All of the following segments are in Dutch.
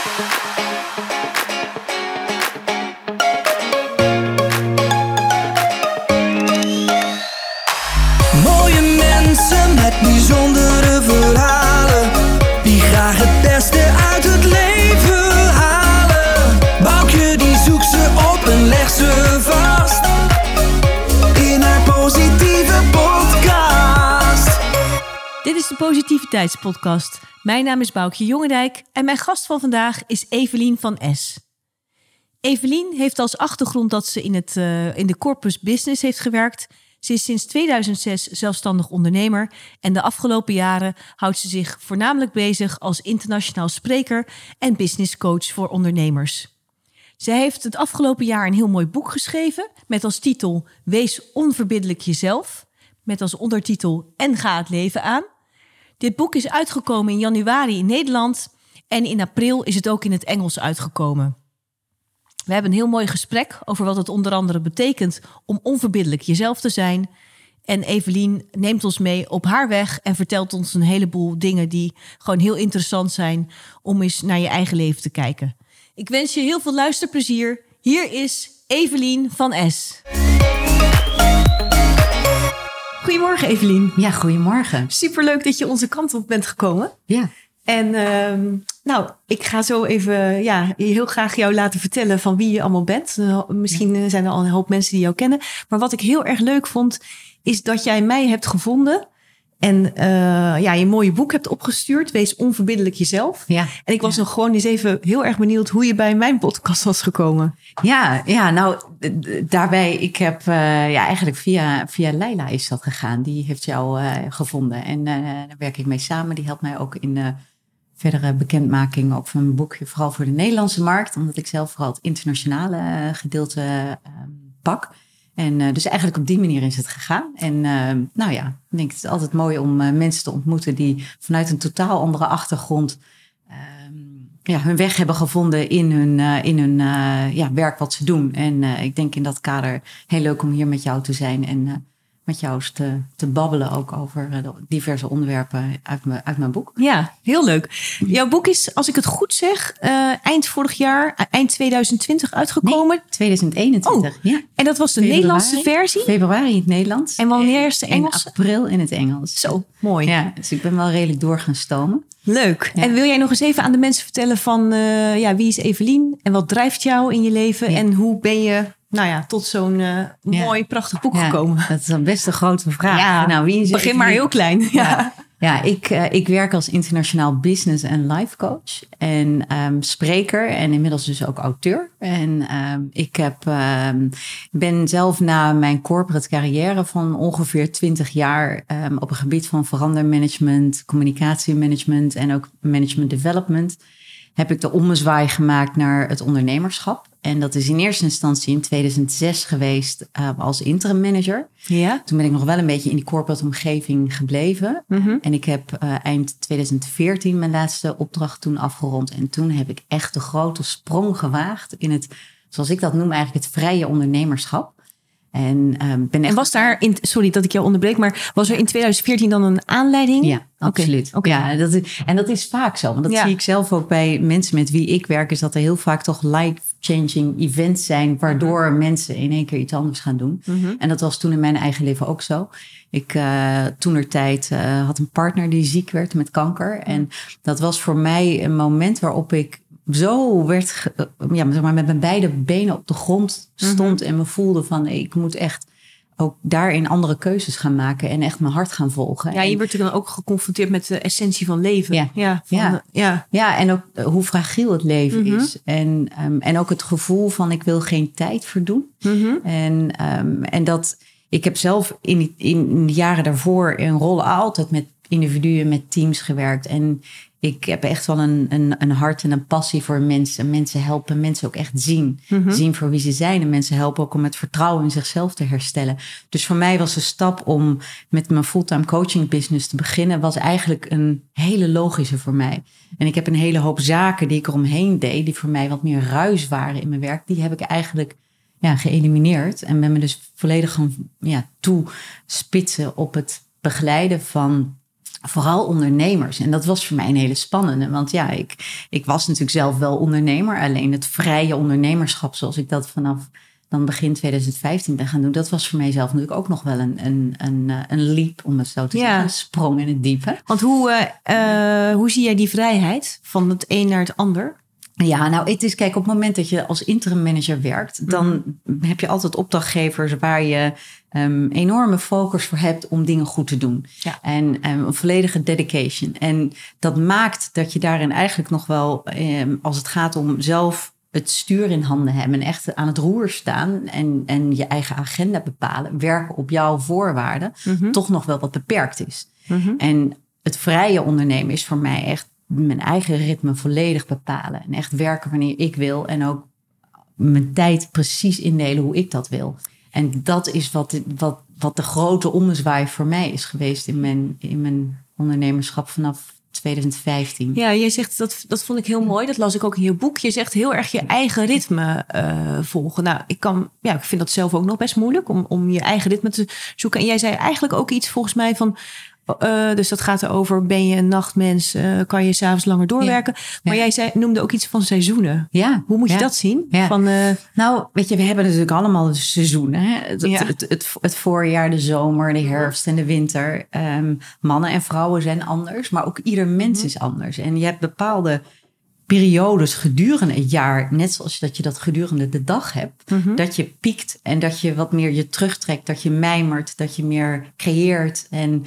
Mooie mensen met bijzondere verhalen, die graag het beste uit het leven halen. Boukje die zoekt ze op en legt ze vast in haar positieve podcast. Dit is de Positiviteitspodcast. Mijn naam is Boukje Jongendijk en mijn gast van vandaag is Evelien van Es. Evelien heeft als achtergrond dat ze in de corpus business heeft gewerkt. Ze is sinds 2006 zelfstandig ondernemer en de afgelopen jaren houdt ze zich voornamelijk bezig als internationaal spreker en businesscoach voor ondernemers. Ze heeft het afgelopen jaar een heel mooi boek geschreven met als titel Wees onverbiddelijk jezelf, met als ondertitel En ga het leven aan. Dit boek is uitgekomen in januari in Nederland en in april is het ook in het Engels uitgekomen. We hebben een heel mooi gesprek over wat het onder andere betekent om onverbiddelijk jezelf te zijn. En Evelien neemt ons mee op haar weg en vertelt ons een heleboel dingen die gewoon heel interessant zijn om eens naar je eigen leven te kijken. Ik wens je heel veel luisterplezier. Hier is Evelien van Es. Goedemorgen Evelien. Ja, goedemorgen. Superleuk dat je onze kant op bent gekomen. Ja. En ik ga zo even heel graag jou laten vertellen van wie je allemaal bent. Misschien zijn er al een hoop mensen die jou kennen. Maar wat ik heel erg leuk vond, is dat jij mij hebt gevonden. En je mooie boek hebt opgestuurd. Wees onverbiddelijk jezelf. Ja. En ik was nog gewoon eens even heel erg benieuwd hoe je bij mijn podcast was gekomen. Daarbij, ik heb eigenlijk via Leila is dat gegaan. Die heeft jou gevonden. En daar werk ik mee samen. Die helpt mij ook in verdere bekendmaking ook van mijn boekje. Vooral voor de Nederlandse markt. Omdat ik zelf vooral het internationale gedeelte pak. En dus eigenlijk op die manier is het gegaan. En ik denk het is altijd mooi om mensen te ontmoeten die vanuit een totaal andere achtergrond hun weg hebben gevonden in hun werk wat ze doen. En ik denk in dat kader heel leuk om hier met jou te zijn en met jou eens te babbelen ook over diverse onderwerpen uit mijn boek. Ja, heel leuk. Jouw boek is, als ik het goed zeg, eind 2020 uitgekomen. Nee, 2021. Oh, ja. En dat was de Nederlandse versie? Februari in het Nederlands. En wanneer is de Engelse? In april in het Engels. Zo, mooi. Ja, dus ik ben wel redelijk door gaan stomen. Leuk. Ja. En wil jij nog eens even aan de mensen vertellen van wie is Evelien? En wat drijft jou in je leven? Ja. En hoe ben je tot zo'n mooi, prachtig boek gekomen? Dat is dan best een grote vraag. Ja, wie is begin Evelien? maar heel klein. Ja, ik werk als internationaal business en life coach. En spreker en inmiddels dus ook auteur. En ik ben zelf na mijn corporate carrière van ongeveer 20 jaar op het gebied van verandermanagement, communicatiemanagement en ook management development heb ik de ommezwaai gemaakt naar het ondernemerschap. En dat is in eerste instantie in 2006 geweest als interim manager. Ja. Toen ben ik nog wel een beetje in die corporate omgeving gebleven. Mm-hmm. En ik heb eind 2014 mijn laatste opdracht toen afgerond. En toen heb ik echt de grote sprong gewaagd in het, zoals ik dat noem, eigenlijk het vrije ondernemerschap. En was daar, sorry dat ik jou onderbreek, maar was er in 2014 dan een aanleiding? Ja, absoluut. Okay. Ja, dat is vaak zo. Want dat zie ik zelf ook bij mensen met wie ik werk, is dat er heel vaak toch life-changing events zijn, waardoor mensen in één keer iets anders gaan doen. Mm-hmm. En dat was toen in mijn eigen leven ook zo. Ik toenertijd had een partner die ziek werd met kanker. En dat was voor mij een moment waarop ik zo werd, met mijn beide benen op de grond stond en me voelde van ik moet echt ook daarin andere keuzes gaan maken en echt mijn hart gaan volgen. Ja, je werd er dan ook geconfronteerd met de essentie van leven. Ja, en ook hoe fragiel het leven is. En ook het gevoel van ik wil geen tijd verdoen. Mm-hmm. En dat ik heb zelf in de jaren daarvoor in rollen altijd met individuen, met teams gewerkt. En ik heb echt wel een hart en een passie voor mensen. Mensen helpen, mensen ook echt zien. Mm-hmm. Zien voor wie ze zijn. En mensen helpen ook om het vertrouwen in zichzelf te herstellen. Dus voor mij was de stap om met mijn fulltime coaching business te beginnen, was eigenlijk een hele logische voor mij. En ik heb een hele hoop zaken die ik eromheen deed, die voor mij wat meer ruis waren in mijn werk. Die heb ik eigenlijk geëlimineerd. En ben me dus volledig gaan toespitsen op het begeleiden van vooral ondernemers. En dat was voor mij een hele spannende. Want ja, ik was natuurlijk zelf wel ondernemer. Alleen het vrije ondernemerschap, zoals ik dat vanaf dan begin 2015 ben gaan doen. Dat was voor mijzelf natuurlijk ook nog wel een leap, om het zo te zeggen. Een sprong in het diepe. Want hoe zie jij die vrijheid van het een naar het ander? Ja, nou, het is, kijk, op het moment dat je als interim manager werkt, dan heb je altijd opdrachtgevers waar je enorme focus voor hebt om dingen goed te doen. Ja. En een volledige dedication. En dat maakt dat je daarin eigenlijk nog wel, als het gaat om zelf het stuur in handen hebben en echt aan het roer staan en je eigen agenda bepalen, werken op jouw voorwaarden, toch nog wel wat beperkt is. En het vrije ondernemen is voor mij echt mijn eigen ritme volledig bepalen. En echt werken wanneer ik wil. En ook mijn tijd precies indelen hoe ik dat wil. En dat is wat de grote ommezwaai voor mij is geweest in mijn ondernemerschap vanaf 2015. Ja, je zegt, dat vond ik heel mooi. Dat las ik ook in je boek. Je zegt heel erg je eigen ritme volgen. Nou, ik vind dat zelf ook nog best moeilijk om je eigen ritme te zoeken. En jij zei eigenlijk ook iets volgens mij van, dus dat gaat erover, ben je een nachtmens, kan je 's avonds langer doorwerken. Ja. Maar jij noemde ook iets van seizoenen. Ja. Hoe moet je dat zien? Ja. Nou, weet je, we hebben natuurlijk allemaal seizoenen. Hè? Het voorjaar, de zomer, de herfst en de winter. Mannen en vrouwen zijn anders, maar ook ieder mens is anders. En je hebt bepaalde periodes gedurende het jaar, net zoals dat je dat gedurende de dag hebt, dat je piekt en dat je wat meer je terugtrekt, dat je mijmert, dat je meer creëert en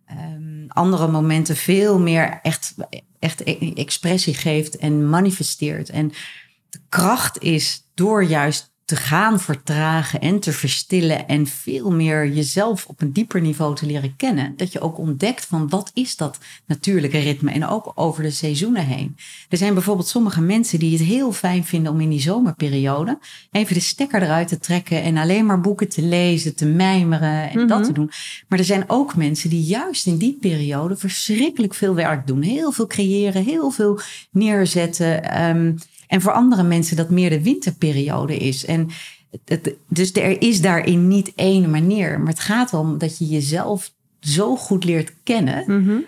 andere momenten veel meer echt expressie geeft en manifesteert. En de kracht is door juist te gaan vertragen en te verstillen en veel meer jezelf op een dieper niveau te leren kennen. Dat je ook ontdekt van wat is dat natuurlijke ritme en ook over de seizoenen heen. Er zijn bijvoorbeeld sommige mensen die het heel fijn vinden om in die zomerperiode even de stekker eruit te trekken en alleen maar boeken te lezen, te mijmeren en dat te doen. Maar er zijn ook mensen die juist in die periode verschrikkelijk veel werk doen. Heel veel creëren, heel veel neerzetten. En voor andere mensen dat meer de winterperiode is. En dus er is daarin niet één manier. Maar het gaat om dat je jezelf zo goed leert kennen.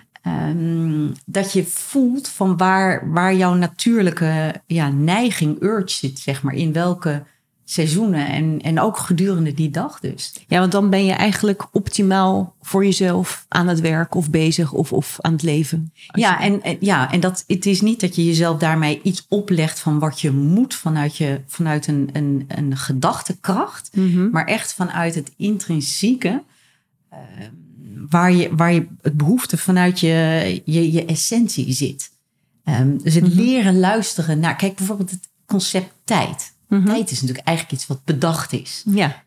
Dat je voelt van waar jouw natuurlijke neiging, urge zit, zeg maar. In welke seizoenen en ook gedurende die dag dus. Ja, want dan ben je eigenlijk optimaal voor jezelf aan het werk of bezig of aan het leven. En dat, het is niet dat je jezelf daarmee iets oplegt van wat je moet vanuit een gedachtekracht, maar echt vanuit het intrinsieke, waar je het behoefte vanuit je essentie zit. Dus het leren luisteren naar, kijk bijvoorbeeld het concept tijd. Tijd is natuurlijk eigenlijk iets wat bedacht is. Ja.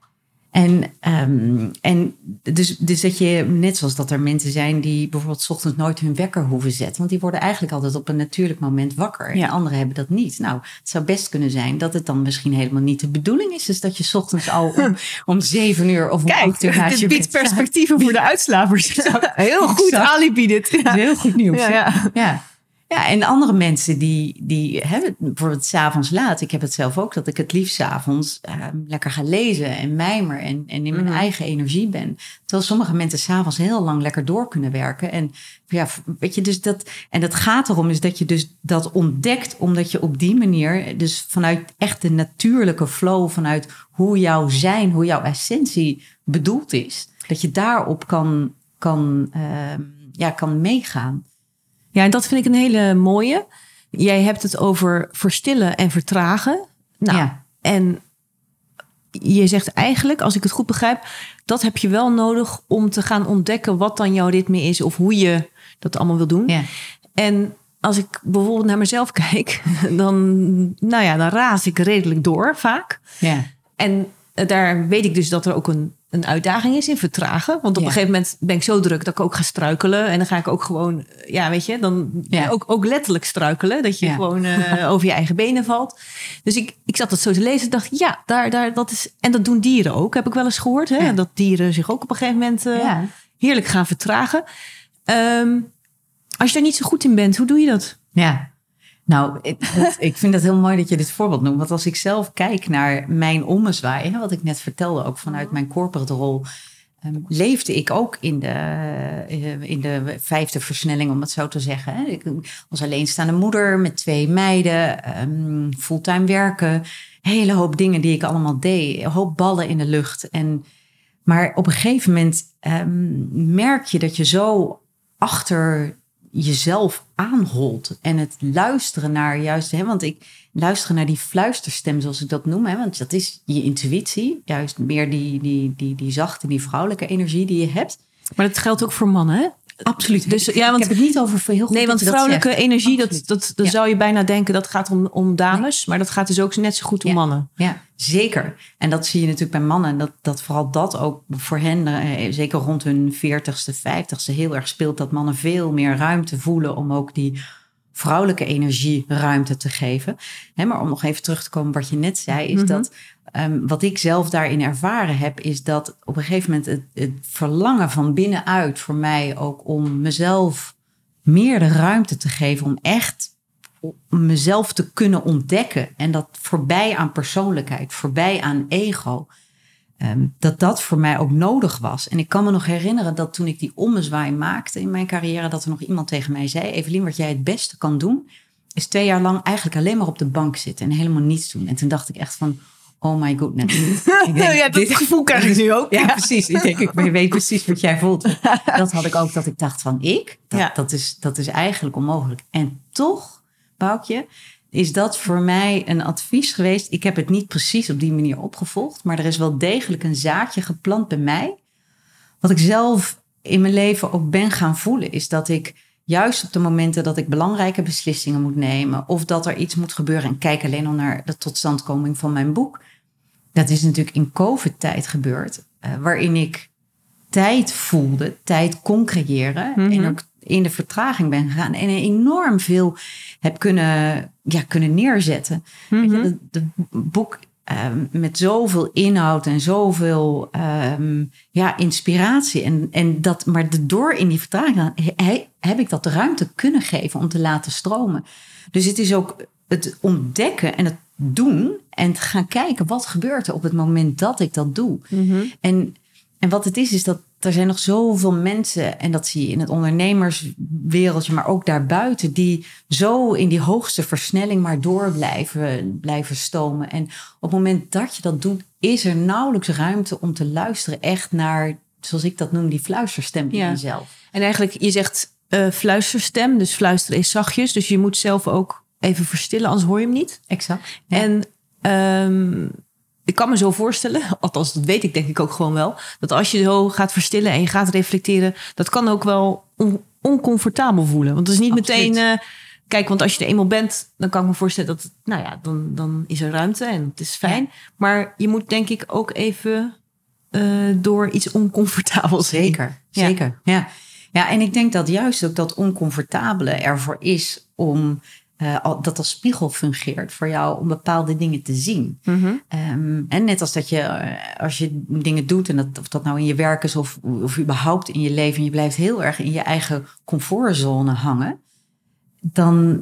En dus dat je, net zoals dat er mensen zijn die bijvoorbeeld 's ochtends nooit hun wekker hoeven zetten. Want die worden eigenlijk altijd op een natuurlijk moment wakker. Ja. En anderen hebben dat niet. Nou, het zou best kunnen zijn dat het dan misschien helemaal niet de bedoeling is. Dus dat je 's ochtends al om 7 uur of om 8 uur dit biedt perspectieven voor de uitslapers. Heel goed alibi dit. Ja. Heel goed nieuws. Ja. Ja, en andere mensen die hebben bijvoorbeeld 's avonds laat. Ik heb het zelf ook, dat ik het liefst 's avonds lekker ga lezen en mijmer en in mijn eigen energie ben. Terwijl sommige mensen 's avonds heel lang lekker door kunnen werken. En ja, weet je, dus dat gaat erom is dat je dus dat ontdekt, omdat je op die manier, dus vanuit echt de natuurlijke flow, vanuit hoe jouw zijn, hoe jouw essentie bedoeld is, dat je daarop kan meegaan. Ja, en dat vind ik een hele mooie. Jij hebt het over verstillen en vertragen. Nou, en je zegt eigenlijk, als ik het goed begrijp, dat heb je wel nodig om te gaan ontdekken wat dan jouw ritme is of hoe je dat allemaal wil doen. Ja. En als ik bijvoorbeeld naar mezelf kijk, dan raas ik redelijk door vaak. Ja. En daar weet ik dus dat er ook een uitdaging is in vertragen. Want op een gegeven moment ben ik zo druk dat ik ook ga struikelen. En dan ga ik ook gewoon, ook letterlijk struikelen. Dat je gewoon over je eigen benen valt. Dus ik zat dat zo te lezen en dacht, dat is. En dat doen dieren ook, heb ik wel eens gehoord. Hè? Ja. Dat dieren zich ook op een gegeven moment heerlijk gaan vertragen. Als je daar niet zo goed in bent, hoe doe je dat? Ja. Nou, ik vind het heel mooi dat je dit voorbeeld noemt. Want als ik zelf kijk naar mijn ommezwaai, wat ik net vertelde, ook vanuit mijn corporate rol, leefde ik ook in de 5e versnelling, om het zo te zeggen. Hè. Ik was alleenstaande moeder met 2 meiden, fulltime werken. Hele hoop dingen die ik allemaal deed. Een hoop ballen in de lucht. Maar op een gegeven moment merk je dat je zo achter jezelf aanholt. En het luisteren naar juist... want ik luister naar die fluisterstem, zoals ik dat noem. Want dat is je intuïtie. Juist meer die zachte, die vrouwelijke energie die je hebt. Maar dat geldt ook voor mannen, hè? Absoluut. Dus, ik heb het niet over heel goed. Nee, want vrouwelijke energie, dat ja. zou je bijna denken... dat gaat om dames, nee. Maar dat gaat dus ook net zo goed om mannen. Ja, zeker. En dat zie je natuurlijk bij mannen. Dat vooral dat ook voor hen, zeker rond hun 40ste, 50ste... heel erg speelt dat mannen veel meer ruimte voelen... om ook die vrouwelijke energie ruimte te geven. Maar om nog even terug te komen wat je net zei... is dat wat ik zelf daarin ervaren heb... is dat op een gegeven moment het verlangen van binnenuit... voor mij ook om mezelf meer de ruimte te geven... om echt mezelf te kunnen ontdekken. En dat voorbij aan persoonlijkheid, voorbij aan ego... dat voor mij ook nodig was. En ik kan me nog herinneren dat toen ik die ommezwaai maakte in mijn carrière... dat er nog iemand tegen mij zei... Evelien, wat jij het beste kan doen... is 2 jaar lang eigenlijk alleen maar op de bank zitten... en helemaal niets doen. En toen dacht ik echt van... oh my goodness. Ik denk, ja, dat gevoel krijg ik nu ook. Ja, precies. Ik weet precies wat jij voelt. Dat had ik ook, dat ik dacht van dat is eigenlijk onmogelijk. En toch, Boukje... is dat voor mij een advies geweest. Ik heb het niet precies op die manier opgevolgd... maar er is wel degelijk een zaadje geplant bij mij. Wat ik zelf in mijn leven ook ben gaan voelen... is dat ik juist op de momenten dat ik belangrijke beslissingen moet nemen... of dat er iets moet gebeuren... en kijk alleen al naar de totstandkoming van mijn boek... dat is natuurlijk in COVID-tijd gebeurd... waarin ik tijd voelde, tijd kon creëren... en ook in de vertraging ben gegaan... en enorm veel heb kunnen neerzetten. Weet je, het boek met zoveel inhoud en zoveel inspiratie. Maar door in die vertraging heb ik dat de ruimte kunnen geven om te laten stromen. Dus het is ook het ontdekken en het doen en te gaan kijken wat gebeurt er op het moment dat ik dat doe. En wat het is dat er zijn nog zoveel mensen, en dat zie je in het ondernemerswereldje, maar ook daarbuiten, die zo in die hoogste versnelling maar door blijven stomen. En op het moment dat je dat doet, is er nauwelijks ruimte om te luisteren echt naar, zoals ik dat noem, die fluisterstem in jezelf. En eigenlijk, je zegt fluisterstem, dus fluisteren is zachtjes. Dus je moet zelf ook even verstillen, anders hoor je hem niet. Exact. Ja. En ik kan me zo voorstellen, althans dat weet ik denk ik ook gewoon wel, dat als je zo gaat verstillen en je gaat reflecteren, dat kan ook wel oncomfortabel voelen. Want het is niet meteen, kijk, want als je er eenmaal bent, dan kan ik me voorstellen dat, dan is er ruimte en het is fijn. Ja. Maar je moet denk ik ook even door iets oncomfortabels heen. Zeker. Ja, en ik denk dat juist ook dat oncomfortabele ervoor is om dat als spiegel fungeert voor jou om bepaalde dingen te zien. En net als dat je, als je dingen doet, en of dat nou in je werk is of überhaupt in je leven, en je blijft heel erg in je eigen comfortzone hangen, dan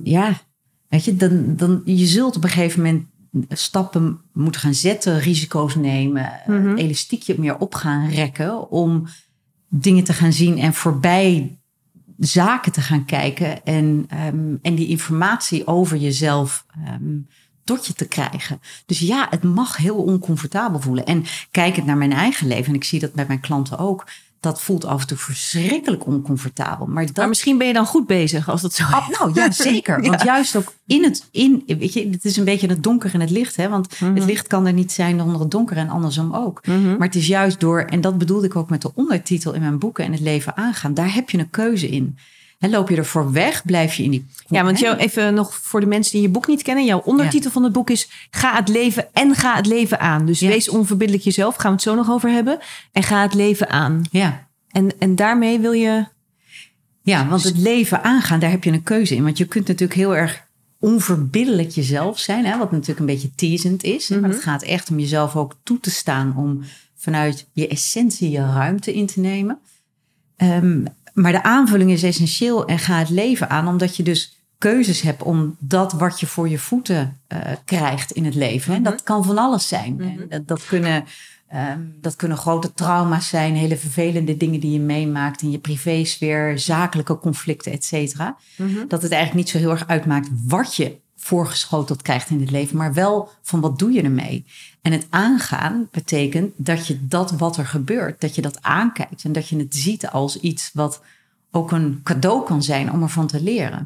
je zult op een gegeven moment stappen moeten gaan zetten, risico's nemen, elastiekje meer op gaan rekken om dingen te gaan zien en voorbij zaken te gaan kijken en die informatie over jezelf tot je te krijgen. Dus ja, het mag heel oncomfortabel voelen. En kijkend naar mijn eigen leven, en ik zie dat bij mijn klanten ook, dat voelt af en toe verschrikkelijk oncomfortabel. Maar misschien ben je dan goed bezig als dat zo is. Nou ja, zeker. Want juist ook weet je, het is een beetje het donker en het licht. Hè? Want het licht kan er niet zijn onder het donker en andersom ook. Maar het is juist door, en dat bedoelde ik ook met de ondertitel in mijn boeken en het leven aangaan. Daar heb je een keuze in. En loop je ervoor weg, blijf je in die... Ja, want even nog voor de mensen die je boek niet kennen. Jouw ondertitel van het boek is Ga het leven en ga het leven aan. Dus wees onverbiddelijk jezelf. Gaan we het zo nog over hebben. En ga het leven aan. Ja. En daarmee wil je... Ja, want het leven aangaan, daar heb je een keuze in. Want je kunt natuurlijk heel erg onverbiddelijk jezelf zijn. Hè, wat natuurlijk een beetje teasend is. Maar het gaat echt om jezelf ook toe te staan om vanuit je essentie je ruimte in te nemen. Maar de aanvulling is essentieel en ga het leven aan. Omdat je dus keuzes hebt om dat wat je voor je voeten krijgt in het leven. En dat kan van alles zijn. Dat kunnen Dat kunnen grote trauma's zijn, hele vervelende dingen die je meemaakt in je privésfeer, zakelijke conflicten, et cetera. Dat het eigenlijk niet zo heel erg uitmaakt wat je voorgeschoteld krijgt in het leven, maar wel van wat doe je ermee. En het aangaan betekent dat je dat wat er gebeurt, dat je dat aankijkt en dat je het ziet als iets wat ook een cadeau kan zijn om ervan te leren.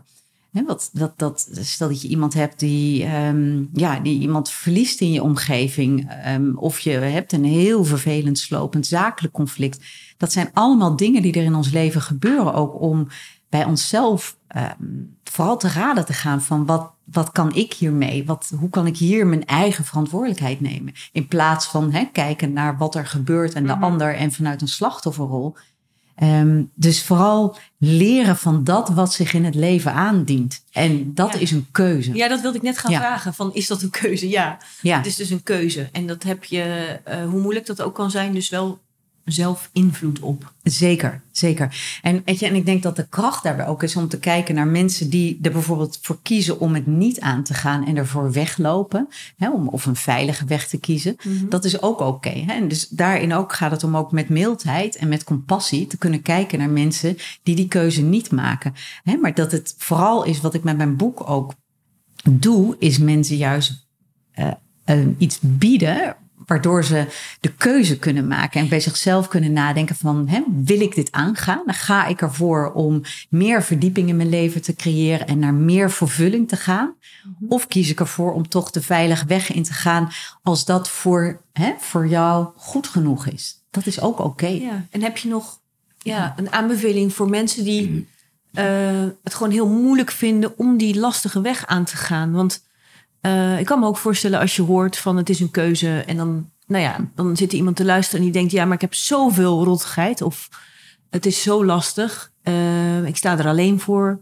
Stel dat je iemand hebt die iemand verliest in je omgeving, of je hebt een heel vervelend, slopend zakelijk conflict. Dat zijn allemaal dingen die er in ons leven gebeuren, ook om bij onszelf vooral te raden te gaan van wat kan ik hiermee? Hoe kan ik hier mijn eigen verantwoordelijkheid nemen? In plaats van kijken naar wat er gebeurt en de ander en vanuit een slachtofferrol. Dus vooral leren van dat wat zich in het leven aandient. En dat is een keuze. Ja, dat wilde ik net gaan vragen. Is dat een keuze? Ja, het is dus een keuze. En dat heb je, hoe moeilijk dat ook kan zijn, dus wel zelf invloed op. Zeker. En ik denk dat de kracht daarbij ook is om te kijken naar mensen die er bijvoorbeeld voor kiezen om het niet aan te gaan en ervoor weglopen. Of een veilige weg te kiezen. Dat is ook oké. En dus daarin ook gaat het om ook met mildheid en met compassie te kunnen kijken naar mensen die keuze niet maken. Maar dat het vooral is wat ik met mijn boek ook doe, is mensen juist iets bieden waardoor ze de keuze kunnen maken en bij zichzelf kunnen nadenken van, wil ik dit aangaan? Dan ga ik ervoor om meer verdieping in mijn leven te creëren en naar meer vervulling te gaan. Of kies ik ervoor om toch de veilige weg in te gaan als dat voor jou goed genoeg is. Dat is ook oké. Ja. En heb je nog een aanbeveling voor mensen die het gewoon heel moeilijk vinden om die lastige weg aan te gaan? Want ik kan me ook voorstellen als je hoort van het is een keuze en dan zit er iemand te luisteren en die denkt, ja, maar ik heb zoveel rottigheid of het is zo lastig. Ik sta er alleen voor.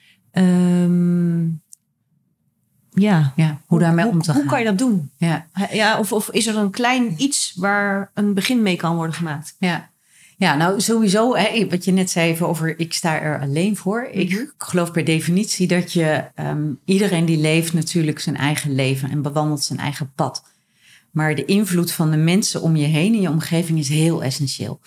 Hoe daarmee om te gaan. Hoe kan je dat doen? Ja. Of is er een klein iets waar een begin mee kan worden gemaakt? Ja, nou sowieso, wat je net zei over ik sta er alleen voor. Ik geloof per definitie dat je iedereen die leeft natuurlijk zijn eigen leven en bewandelt zijn eigen pad. Maar de invloed van de mensen om je heen in je omgeving is heel essentieel.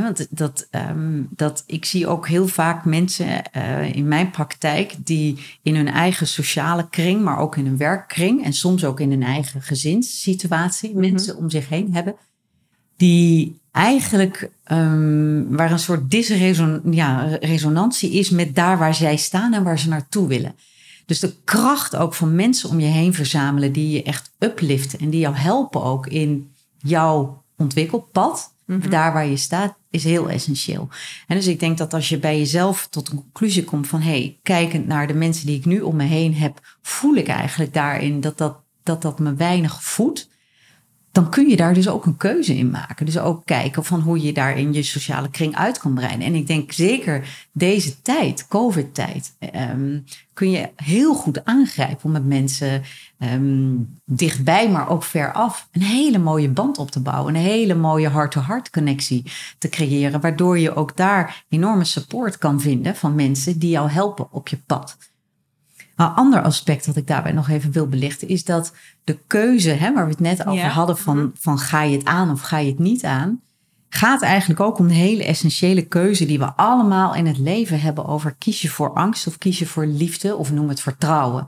Want ik zie ook heel vaak mensen in mijn praktijk die in hun eigen sociale kring, maar ook in hun werkkring en soms ook in hun eigen gezinssituatie mensen om zich heen hebben. Die eigenlijk waar een soort disresonantie is met daar waar zij staan en waar ze naartoe willen. Dus de kracht ook van mensen om je heen verzamelen die je echt upliften en die jou helpen ook in jouw ontwikkelpad, daar waar je staat, is heel essentieel. En dus ik denk dat als je bij jezelf tot een conclusie komt van kijkend naar de mensen die ik nu om me heen heb, voel ik eigenlijk daarin dat me weinig voedt. Dan kun je daar dus ook een keuze in maken. Dus ook kijken van hoe je daar in je sociale kring uit kan breiden. En ik denk zeker deze tijd, COVID-tijd, kun je heel goed aangrijpen om met mensen dichtbij, maar ook ver af, een hele mooie band op te bouwen. Een hele mooie heart-to-heart connectie te creëren. Waardoor je ook daar enorme support kan vinden van mensen die jou helpen op je pad. Een ander aspect dat ik daarbij nog even wil belichten is dat de keuze, waar we het net over hadden van ga je het aan of ga je het niet aan, gaat eigenlijk ook om een hele essentiële keuze die we allemaal in het leven hebben over kies je voor angst of kies je voor liefde of noem het vertrouwen.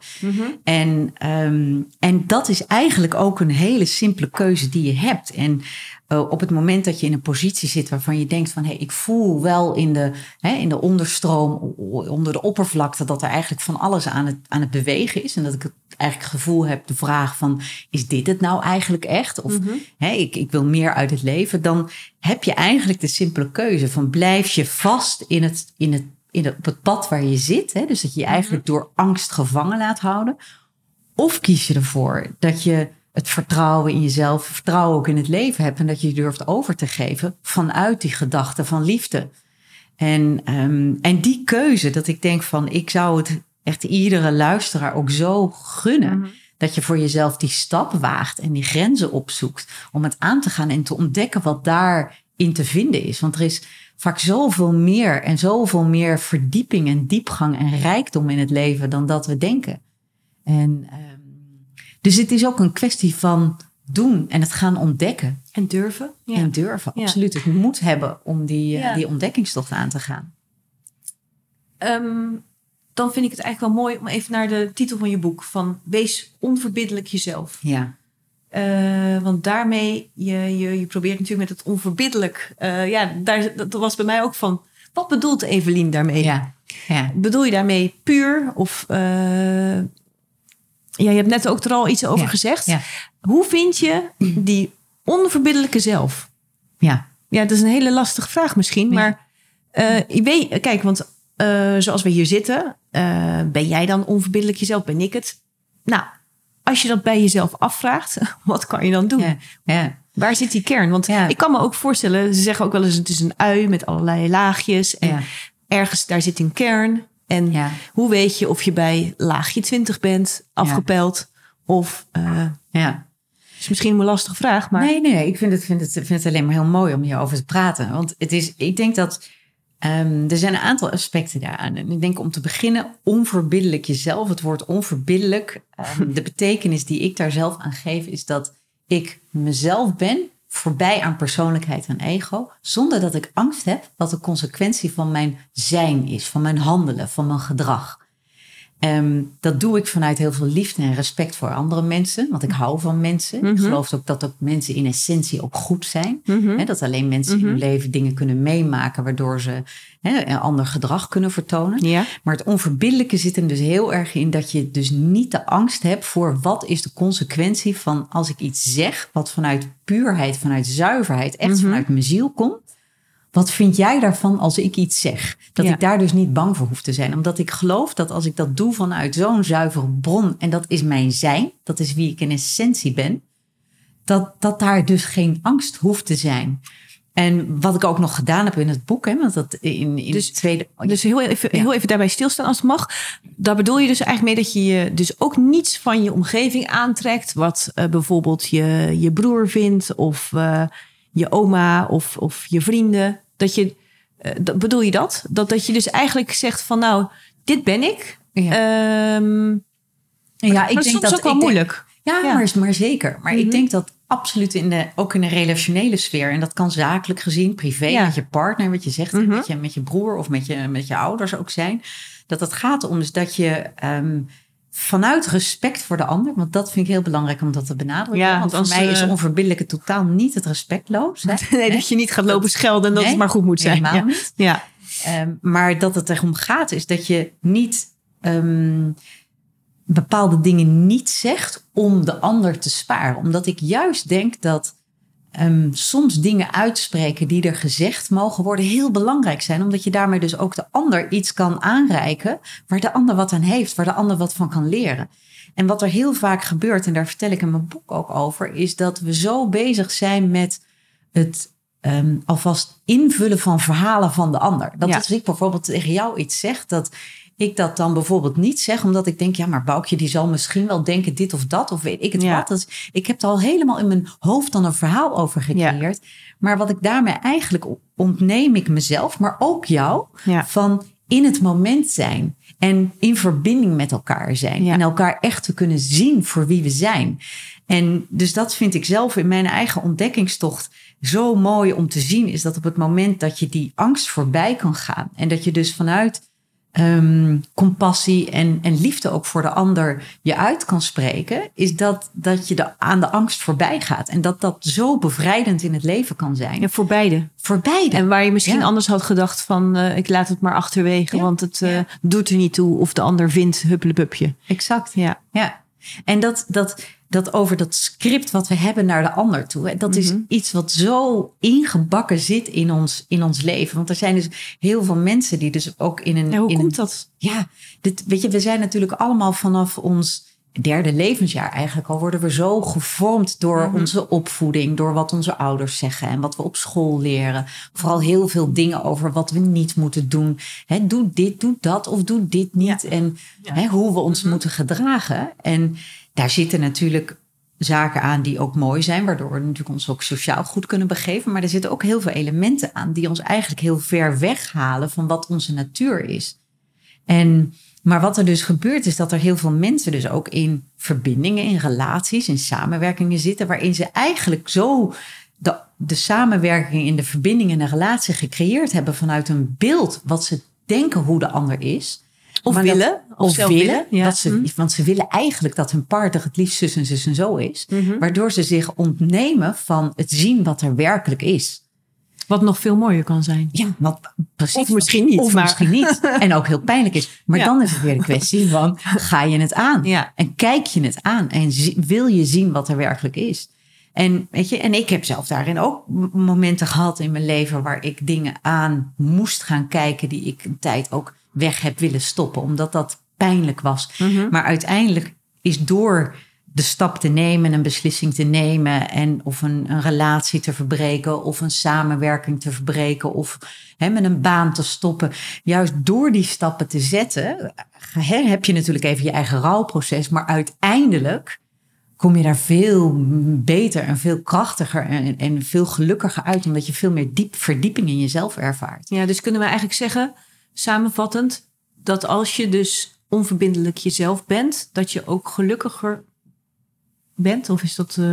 En dat is eigenlijk ook een hele simpele keuze die je hebt. En op het moment dat je in een positie zit waarvan je denkt van ik voel wel in de onderstroom, onder de oppervlakte, dat er eigenlijk van alles aan het bewegen is. En dat ik het eigenlijk het gevoel heb, de vraag van is dit het nou eigenlijk echt? Of ik wil meer uit het leven. Dan heb je eigenlijk de simpele keuze van blijf je vast op het pad waar je zit. Dus dat je je eigenlijk door angst gevangen laat houden. Of kies je ervoor dat je het vertrouwen in jezelf, vertrouwen ook in het leven hebt en dat je durft over te geven vanuit die gedachte van liefde. En die keuze, dat ik denk van ik zou het echt iedere luisteraar ook zo gunnen, dat je voor jezelf die stap waagt en die grenzen opzoekt om het aan te gaan en te ontdekken wat daarin te vinden is. Want er is vaak zoveel meer en zoveel meer verdieping en diepgang en rijkdom in het leven dan dat we denken. Dus het is ook een kwestie van doen en het gaan ontdekken. En durven. Ja. En durven, Ja. absoluut. Het moed hebben om die ontdekkingstocht aan te gaan. Dan vind ik het eigenlijk wel mooi om even naar de titel van je boek. Van Wees onverbiddelijk jezelf. Ja. Want daarmee, je probeert natuurlijk met het onverbiddelijk. Dat was bij mij ook van, wat bedoelt Evelien daarmee? Ja. Bedoel je daarmee puur? Of je hebt net ook er al iets over gezegd. Ja. Hoe vind je die onverbiddelijke zelf? Ja, dat is een hele lastige vraag misschien. Ja. Maar kijk, want zoals we hier zitten, ben jij dan onverbiddelijk jezelf? Ben ik het? Nou, als je dat bij jezelf afvraagt, wat kan je dan doen? Ja. Waar zit die kern? Want ik kan me ook voorstellen, ze zeggen ook wel eens, het is een ui met allerlei laagjes. En ergens daar zit een kern. En hoe weet je of je bij laagje 20 bent, afgepeld? Of is misschien een lastige vraag. Maar... Nee, ik vind het alleen maar heel mooi om hierover te praten. Want ik denk dat er zijn een aantal aspecten daaraan. En ik denk om te beginnen, onverbiddelijk jezelf. Het woord onverbiddelijk, de betekenis die ik daar zelf aan geef, is dat ik mezelf ben, voorbij aan persoonlijkheid en ego, zonder dat ik angst heb wat de consequentie van mijn zijn is, van mijn handelen, van mijn gedrag. Dat doe ik vanuit heel veel liefde en respect voor andere mensen, want ik hou van mensen. Mm-hmm. Ik geloof ook dat mensen in essentie ook goed zijn. Mm-hmm. Dat alleen mensen in hun leven dingen kunnen meemaken waardoor ze een ander gedrag kunnen vertonen. Ja. Maar het onverbiddelijke zit er dus heel erg in dat je dus niet de angst hebt voor wat is de consequentie van als ik iets zeg wat vanuit puurheid, vanuit zuiverheid, echt vanuit mijn ziel komt. Wat vind jij daarvan als ik iets zeg? Dat ik daar dus niet bang voor hoef te zijn. Omdat ik geloof dat als ik dat doe vanuit zo'n zuivere bron, en dat is mijn zijn, dat is wie ik in essentie ben, dat daar dus geen angst hoeft te zijn. En wat ik ook nog gedaan heb in het boek, want dat in dus, het tweede... Dus heel even daarbij stilstaan als het mag. Daar bedoel je dus eigenlijk mee dat je dus ook niets van je omgeving aantrekt, wat bijvoorbeeld je broer vindt of je oma of je vrienden. Bedoel je dat? Dat je dus eigenlijk zegt van nou, dit ben ik. Ja, ik denk dat is ook wel moeilijk. Maar zeker. Maar ik denk dat absoluut ook in de relationele sfeer, en dat kan zakelijk gezien, privé, met je partner, wat je zegt, met je broer of met je ouders ook zijn, dat het gaat om dus dat je vanuit respect voor de ander, want dat vind ik heel belangrijk om dat te benadrukken. Ja, want voor mij is onverbiddelijke totaal niet het respectloos. Nee, dat je niet gaat lopen schelden en dat het maar goed moet zijn. Helemaal niet. Ja. Maar dat het erom gaat is dat je niet bepaalde dingen niet zegt om de ander te sparen. Omdat ik juist denk dat soms dingen uitspreken die er gezegd mogen worden heel belangrijk zijn. Omdat je daarmee dus ook de ander iets kan aanreiken waar de ander wat aan heeft, waar de ander wat van kan leren. En wat er heel vaak gebeurt, en daar vertel ik in mijn boek ook over, is dat we zo bezig zijn met het alvast invullen van verhalen van de ander. Dat als ik bijvoorbeeld tegen jou iets zeg, dat ik dat dan bijvoorbeeld niet zeg, omdat ik denk, ja, maar Boukje die zal misschien wel denken dit of dat, of weet ik het wat. Dus ik heb er al helemaal in mijn hoofd dan een verhaal over gecreëerd. Ja. Maar wat ik daarmee eigenlijk ontneem ik mezelf, maar ook jou, van in het moment zijn en in verbinding met elkaar zijn. Ja. En elkaar echt te kunnen zien voor wie we zijn. En dus dat vind ik zelf in mijn eigen ontdekkingstocht zo mooi om te zien, is dat op het moment dat je die angst voorbij kan gaan en dat je dus vanuit compassie en liefde ook voor de ander je uit kan spreken, is dat je aan de angst voorbij gaat. En dat zo bevrijdend in het leven kan zijn. Ja, voor beide. Voor beide. En waar je misschien anders had gedacht van ik laat het maar achterwege, want het doet er niet toe of de ander vindt huppelebupje. Exact. Ja. En dat over dat script wat we hebben naar de ander toe. Dat is iets wat zo ingebakken zit in ons leven. Want er zijn dus heel veel mensen die dus ook in een... hoe komt dat? Ja, weet je, we zijn natuurlijk allemaal vanaf ons 3e levensjaar eigenlijk al worden we zo gevormd door onze opvoeding, door wat onze ouders zeggen en wat we op school leren. Vooral heel veel dingen over wat we niet moeten doen. Doe dit, doe dat of doe dit niet. Ja. En hoe we ons moeten gedragen. En daar zitten natuurlijk zaken aan die ook mooi zijn, waardoor we natuurlijk ons ook sociaal goed kunnen begeven. Maar er zitten ook heel veel elementen aan die ons eigenlijk heel ver weghalen van wat onze natuur is. En Maar wat er dus gebeurt is dat er heel veel mensen dus ook in verbindingen, in relaties, in samenwerkingen zitten, waarin ze eigenlijk zo de samenwerking in de verbinding en de relatie gecreëerd hebben vanuit een beeld wat ze denken hoe de ander is. Of willen. Ja. Want ze willen eigenlijk dat hun partner het liefst zus en zo is. Mm-hmm. Waardoor ze zich ontnemen van het zien wat er werkelijk is. Wat nog veel mooier kan zijn. Ja, precies. Of misschien niet. Misschien niet. En ook heel pijnlijk is. Maar dan is het weer de kwestie van, ga je het aan? Ja. En kijk je het aan? En wil je zien wat er werkelijk is? En weet je, en ik heb zelf daarin ook momenten gehad in mijn leven waar ik dingen aan moest gaan kijken die ik een tijd ook weg heb willen stoppen. Omdat dat pijnlijk was. Mm-hmm. Maar uiteindelijk is door de stap te nemen, een beslissing te nemen of een relatie te verbreken of een samenwerking te verbreken of met een baan te stoppen. Juist door die stappen te zetten heb je natuurlijk even je eigen rouwproces, maar uiteindelijk kom je daar veel beter en veel krachtiger en veel gelukkiger uit, omdat je veel meer verdieping in jezelf ervaart. Ja, dus kunnen we eigenlijk zeggen, samenvattend, dat als je dus onverbindelijk jezelf bent, dat je ook gelukkiger bent? Of is dat...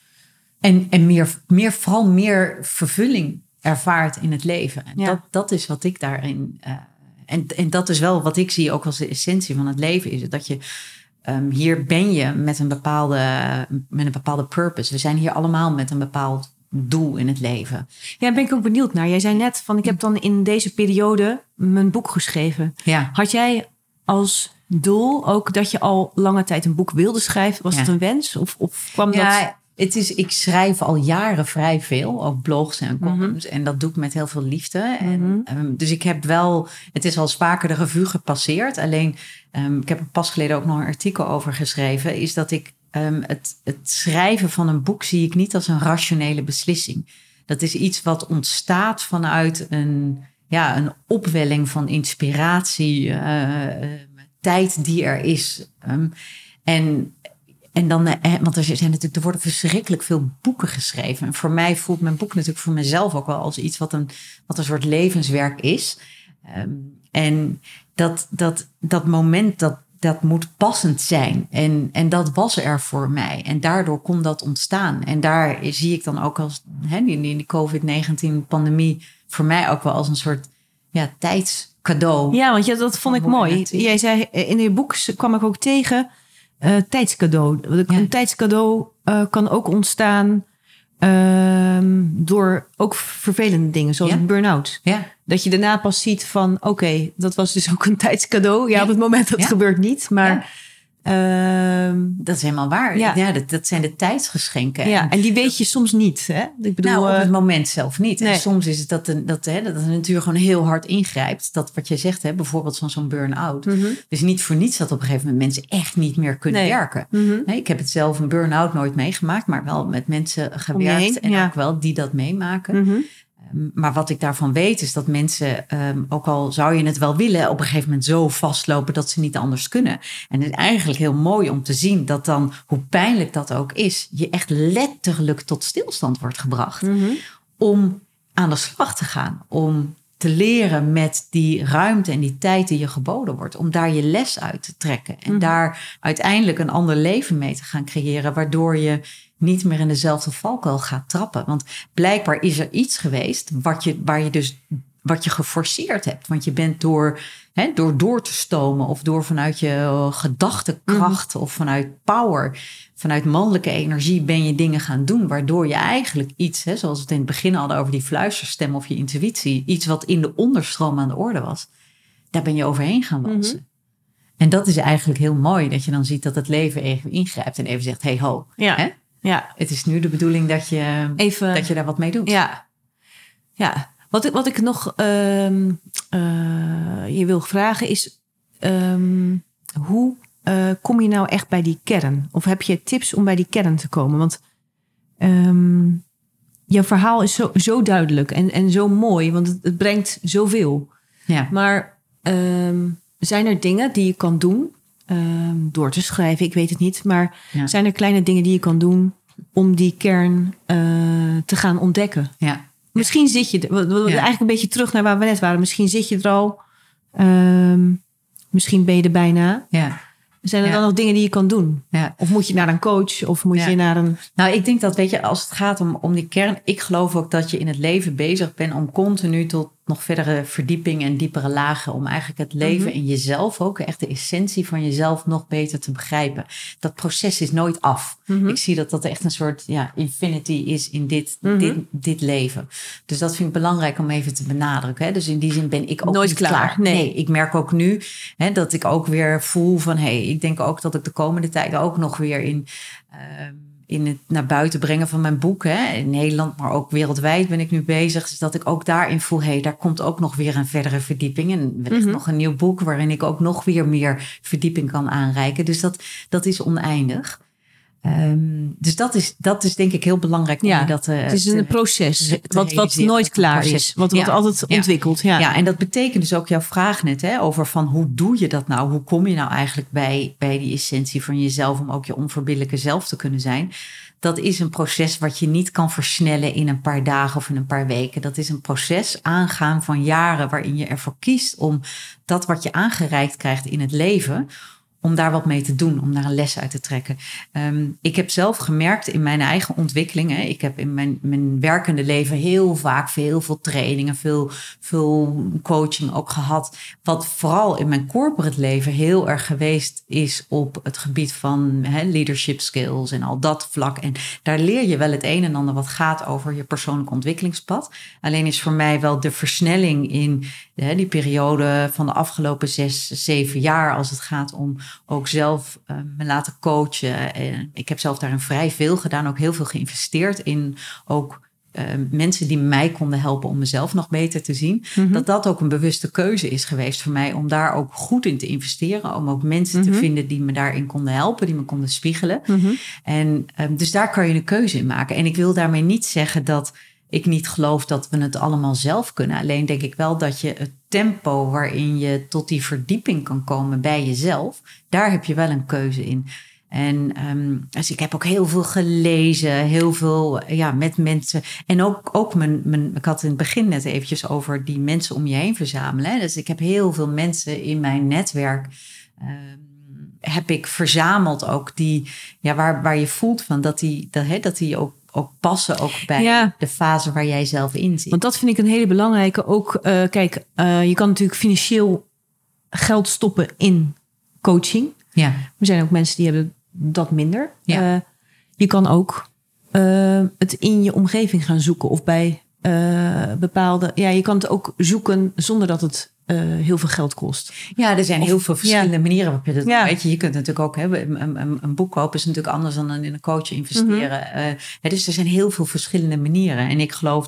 En vooral meer vervulling ervaart in het leven. En dat is wat ik daarin... En dat is wel wat ik zie ook als de essentie van het leven is. Dat je... hier ben je met een bepaalde purpose. We zijn hier allemaal met een bepaald doel in het leven. Ja, daar ben ik ook benieuwd naar. Jij zei net van, ik heb dan in deze periode mijn boek geschreven. Ja. Had jij als doel ook dat je al lange tijd een boek wilde schrijven? Was het een wens? Of kwam dat... Ik schrijf al jaren vrij veel, ook blogs en columns. Mm-hmm. En dat doe ik met heel veel liefde. Mm-hmm. En, dus ik heb wel, het is al vaker de revue gepasseerd. Alleen, ik heb er pas geleden ook nog een artikel over geschreven. Is dat ik het schrijven van een boek zie ik niet als een rationele beslissing. Dat is iets wat ontstaat vanuit een opwelling van inspiratie, tijd die er is. En dan, want er worden verschrikkelijk veel boeken geschreven. En voor mij voelt mijn boek natuurlijk voor mezelf ook wel als iets wat een soort levenswerk is. En dat moment, dat moet passend zijn. En dat was er voor mij. En daardoor kon dat ontstaan. En daar zie ik dan ook als die COVID-19-pandemie voor mij ook wel als een soort tijdscadeau. Ja, want dat vond ik mooi. Jij zei, in je boek kwam ik ook tegen... tijdscadeau. Een tijdscadeau kan ook ontstaan door ook vervelende dingen, zoals een burn-out. Ja. Dat je daarna pas ziet van, oké, dat was dus ook een tijdscadeau. Ja, op het moment dat het gebeurt niet, maar... dat is helemaal waar. Ja, dat zijn de tijdsgeschenken. Ja, en die weet je soms niet. Hè? Ik bedoel, op het moment zelf niet. Nee. En soms is het dat de natuur gewoon heel hard ingrijpt. Dat wat je zegt, bijvoorbeeld van zo'n burn-out. Mm-hmm. Dus niet voor niets dat op een gegeven moment mensen echt niet meer kunnen werken. Mm-hmm. Nee, ik heb het zelf een burn-out nooit meegemaakt, maar wel met mensen gewerkt. En ook wel die dat meemaken. Mm-hmm. Maar wat ik daarvan weet is dat mensen, ook al zou je het wel willen, op een gegeven moment zo vastlopen dat ze niet anders kunnen. En het is eigenlijk heel mooi om te zien dat dan, hoe pijnlijk dat ook is, je echt letterlijk tot stilstand wordt gebracht. Mm-hmm. Om aan de slag te gaan, om te leren met die ruimte en die tijd die je geboden wordt. Om daar je les uit te trekken. En daar uiteindelijk een ander leven mee te gaan creëren, waardoor je niet meer in dezelfde valkuil gaat trappen. Want blijkbaar is er iets geweest wat je geforceerd hebt. Want je bent door te stomen of door vanuit je gedachtekracht of vanuit power, vanuit mannelijke energie ben je dingen gaan doen, waardoor je eigenlijk iets, zoals we het in het begin hadden over die fluisterstem of je intuïtie, iets wat in de onderstroom aan de orde was, daar ben je overheen gaan walsen. Mm-hmm. En dat is eigenlijk heel mooi, dat je dan ziet dat het leven even ingrijpt en even zegt, hey ho, Ja. Het is nu de bedoeling dat je daar wat mee doet. Ja. Wat ik nog je wil vragen is... hoe kom je nou echt bij die kern? Of heb je tips om bij die kern te komen? Want jouw verhaal is zo duidelijk en zo mooi. Want het brengt zoveel. Ja. Maar zijn er dingen die je kan doen... door te schrijven, ik weet het niet. Maar zijn er kleine dingen die je kan doen om die kern te gaan ontdekken? Ja. Misschien zit je... eigenlijk een beetje terug naar waar we net waren. Misschien zit je er al... misschien ben je er bijna. Ja. Zijn er dan nog dingen die je kan doen? Ja. Of moet je naar een coach? Of moet je naar een... Nou, ik denk dat, weet je, als het gaat om die kern... Ik geloof ook dat je in het leven bezig bent om continu tot nog verdere verdieping en diepere lagen... om eigenlijk het leven in jezelf ook, echt de essentie van jezelf... nog beter te begrijpen. Dat proces is nooit af. Ik zie dat echt een soort infinity is in dit leven. Dus dat vind ik belangrijk om even te benadrukken. Hè? Dus in die zin ben ik ook nooit niet klaar. Nee, ik merk ook nu dat ik ook weer voel van... ik denk ook dat ik de komende tijd ook nog weer in het naar buiten brengen van mijn boek. Hè. In Nederland, maar ook wereldwijd ben ik nu bezig. Dus dat ik ook daarin voel, daar komt ook nog weer een verdere verdieping. En wellicht nog een nieuw boek waarin ik ook nog weer meer verdieping kan aanreiken. Dus dat is oneindig. Dus dat is denk ik heel belangrijk. Om dat, het is een proces wat nooit klaar is. Wat altijd ontwikkelt. Ja, en dat betekent dus ook jouw vraag net over van hoe doe je dat nou? Hoe kom je nou eigenlijk bij die essentie van jezelf om ook je onverbiddelijke zelf te kunnen zijn? Dat is een proces wat je niet kan versnellen in een paar dagen of in een paar weken. Dat is een proces aangaan van jaren waarin je ervoor kiest om dat wat je aangereikt krijgt in het leven... om daar wat mee te doen, om daar een les uit te trekken. Ik heb zelf gemerkt in mijn eigen ontwikkeling... ik heb in mijn werkende leven heel vaak heel veel trainingen... veel coaching ook gehad. Wat vooral in mijn corporate leven heel erg geweest is... op het gebied van leadership skills en al dat vlak. En daar leer je wel het een en ander wat gaat over je persoonlijk ontwikkelingspad. Alleen is voor mij wel de versnelling in die periode... van de afgelopen 6-7 jaar als het gaat om... ook zelf me laten coachen. Ik heb zelf daarin vrij veel gedaan. Ook heel veel geïnvesteerd in ook mensen die mij konden helpen... om mezelf nog beter te zien. Dat ook een bewuste keuze is geweest voor mij... om daar ook goed in te investeren. Om ook mensen te vinden die me daarin konden helpen. Die me konden spiegelen. En dus daar kan je een keuze in maken. En ik wil daarmee niet zeggen dat... ik niet geloof dat we het allemaal zelf kunnen. Alleen denk ik wel dat je het tempo waarin je tot die verdieping kan komen bij jezelf... daar heb je wel een keuze in. En dus ik heb ook heel veel gelezen, heel veel met mensen. En ook ik had in het begin net eventjes over die mensen om je heen verzamelen. Hè. Dus ik heb heel veel mensen in mijn netwerk... heb ik verzameld ook die, waar je voelt van dat die ook passen ook bij de fase waar jij zelf in zit. Want dat vind ik een hele belangrijke. Ook, je kan natuurlijk financieel geld stoppen in coaching. Ja. Er zijn ook mensen die hebben dat minder. Ja. Je kan ook het in je omgeving gaan zoeken. Of bij bepaalde... Ja, je kan het ook zoeken zonder dat het heel veel geld kost. Ja, er zijn heel veel verschillende manieren waarop je dat weet. Je kunt natuurlijk ook een boek kopen is natuurlijk anders dan in een coach investeren. Dus er zijn heel veel verschillende manieren. En ik geloof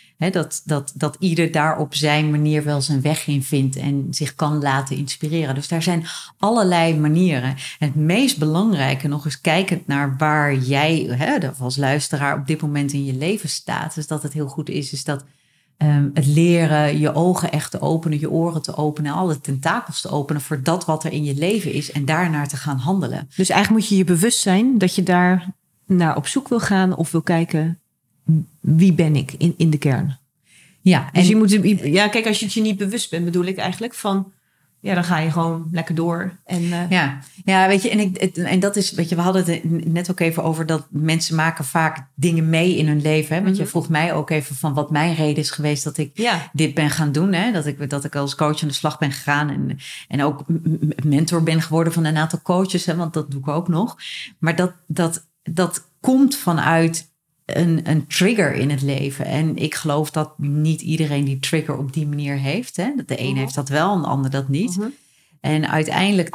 dat ieder daar op zijn manier wel zijn weg in vindt en zich kan laten inspireren. Dus daar zijn allerlei manieren. En het meest belangrijke, nog eens kijkend naar waar jij als luisteraar op dit moment in je leven staat, dus dat het heel goed is dat het leren, je ogen echt te openen, je oren te openen, alle tentakels te openen voor dat wat er in je leven is en daarnaar te gaan handelen. Dus eigenlijk moet je je bewust zijn dat je daar naar op zoek wil gaan of wil kijken, wie ben ik in de kern? Ja. Dus je moet, kijk, als je het je niet bewust bent, bedoel ik eigenlijk van, dan ga je gewoon lekker door. En, weet je, en dat is, weet je, we hadden het net ook even over dat mensen maken vaak dingen mee in hun leven. Hè? Want je vroeg mij ook even van wat mijn reden is geweest dat ik dit ben gaan doen. Hè? Dat ik als coach aan de slag ben gegaan en ook mentor ben geworden van een aantal coaches. Hè? Want dat doe ik ook nog. Maar dat komt vanuit een trigger in het leven. En ik geloof dat niet iedereen die trigger op die manier heeft. Hè? De een heeft dat wel, en de ander dat niet. En uiteindelijk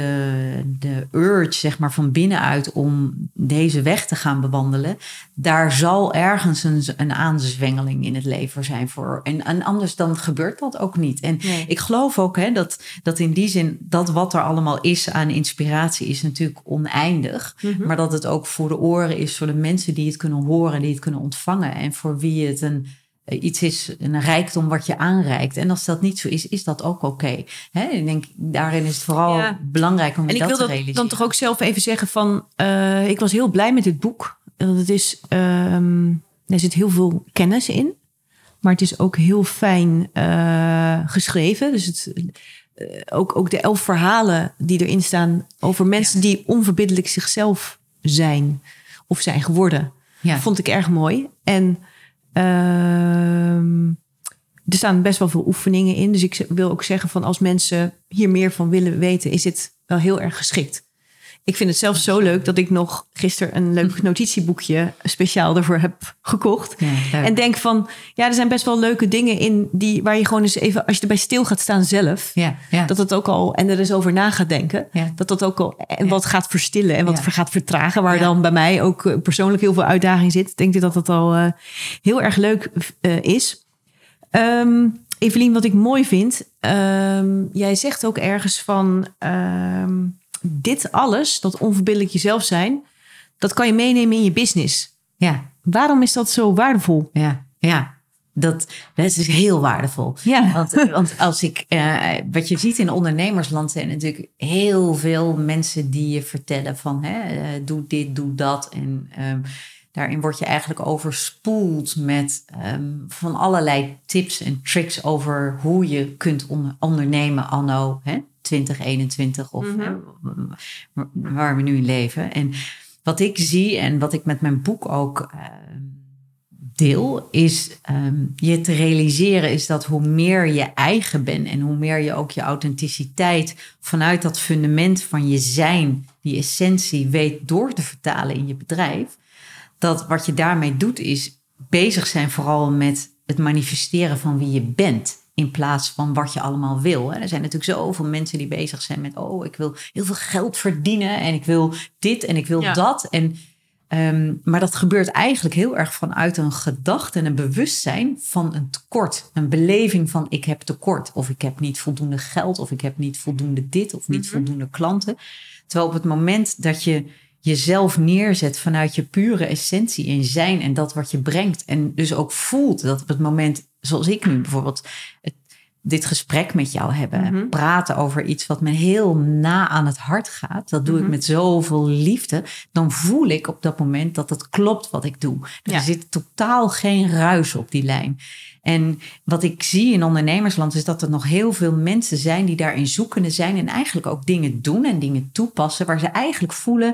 de urge, zeg maar, van binnenuit om deze weg te gaan bewandelen, daar zal ergens een aanzwengeling in het leven zijn voor. En anders dan gebeurt dat ook niet. En ik geloof ook dat in die zin, dat wat er allemaal is aan inspiratie is natuurlijk oneindig. Maar dat het ook voor de oren is voor de mensen die het kunnen horen, die het kunnen ontvangen. En voor wie het iets is, een rijkdom wat je aanreikt. En als dat niet zo is dat ook oké. Ik denk, daarin is het vooral belangrijk om dat te realiseren. En ik wil dan toch ook zelf even zeggen van, ik was heel blij met dit boek. Het is, er zit heel veel kennis in. Maar het is ook heel fijn geschreven. Dus ook de 11 verhalen die erin staan over mensen die onverbiddelijk zichzelf zijn of zijn geworden. Ja. Vond ik erg mooi. En er staan best wel veel oefeningen in. Dus ik wil ook zeggen van als mensen hier meer van willen weten, is dit wel heel erg geschikt. Ik vind het zelfs zo leuk dat ik nog gisteren een leuk notitieboekje speciaal ervoor heb gekocht. Ja, en denk van, er zijn best wel leuke dingen in waar je gewoon eens even, als je erbij stil gaat staan zelf, dat het ook al, en er eens over na gaat denken, dat ook al wat gaat verstillen en wat gaat vertragen, waar dan bij mij ook persoonlijk heel veel uitdaging zit. Denk ik dat dat al heel erg leuk is. Evelien, wat ik mooi vind, jij zegt ook ergens van dit alles, dat onverbiddelijk jezelf zijn, dat kan je meenemen in je business. Ja. Waarom is dat zo waardevol? Ja. Dat is heel waardevol. Ja. Want als ik, wat je ziet in ondernemersland zijn natuurlijk heel veel mensen die je vertellen van doe dit, doe dat. En daarin word je eigenlijk overspoeld met van allerlei tips en tricks over hoe je kunt ondernemen anno 2021 of waar we nu in leven. En wat ik zie en wat ik met mijn boek ook deel, is je te realiseren is dat hoe meer je eigen bent en hoe meer je ook je authenticiteit vanuit dat fundament van je zijn, die essentie weet door te vertalen in je bedrijf, dat wat je daarmee doet is bezig zijn vooral met het manifesteren van wie je bent. In plaats van wat je allemaal wil. Er zijn natuurlijk zoveel mensen die bezig zijn met ik wil heel veel geld verdienen. En ik wil dit en ik wil dat. Maar dat gebeurt eigenlijk heel erg vanuit een gedachte en een bewustzijn van een tekort. Een beleving van ik heb tekort. Of ik heb niet voldoende geld. Of ik heb niet voldoende dit. Of niet voldoende klanten. Terwijl op het moment dat je jezelf neerzet vanuit je pure essentie en zijn en dat wat je brengt. En dus ook voelt dat op het moment, zoals ik nu bijvoorbeeld dit gesprek met jou hebben. Praten over iets wat me heel na aan het hart gaat. Dat doe ik met zoveel liefde. Dan voel ik op dat moment dat het klopt wat ik doe. Er zit totaal geen ruis op die lijn. En wat ik zie in ondernemersland is dat er nog heel veel mensen zijn die daarin zoekende zijn. En eigenlijk ook dingen doen en dingen toepassen waar ze eigenlijk voelen.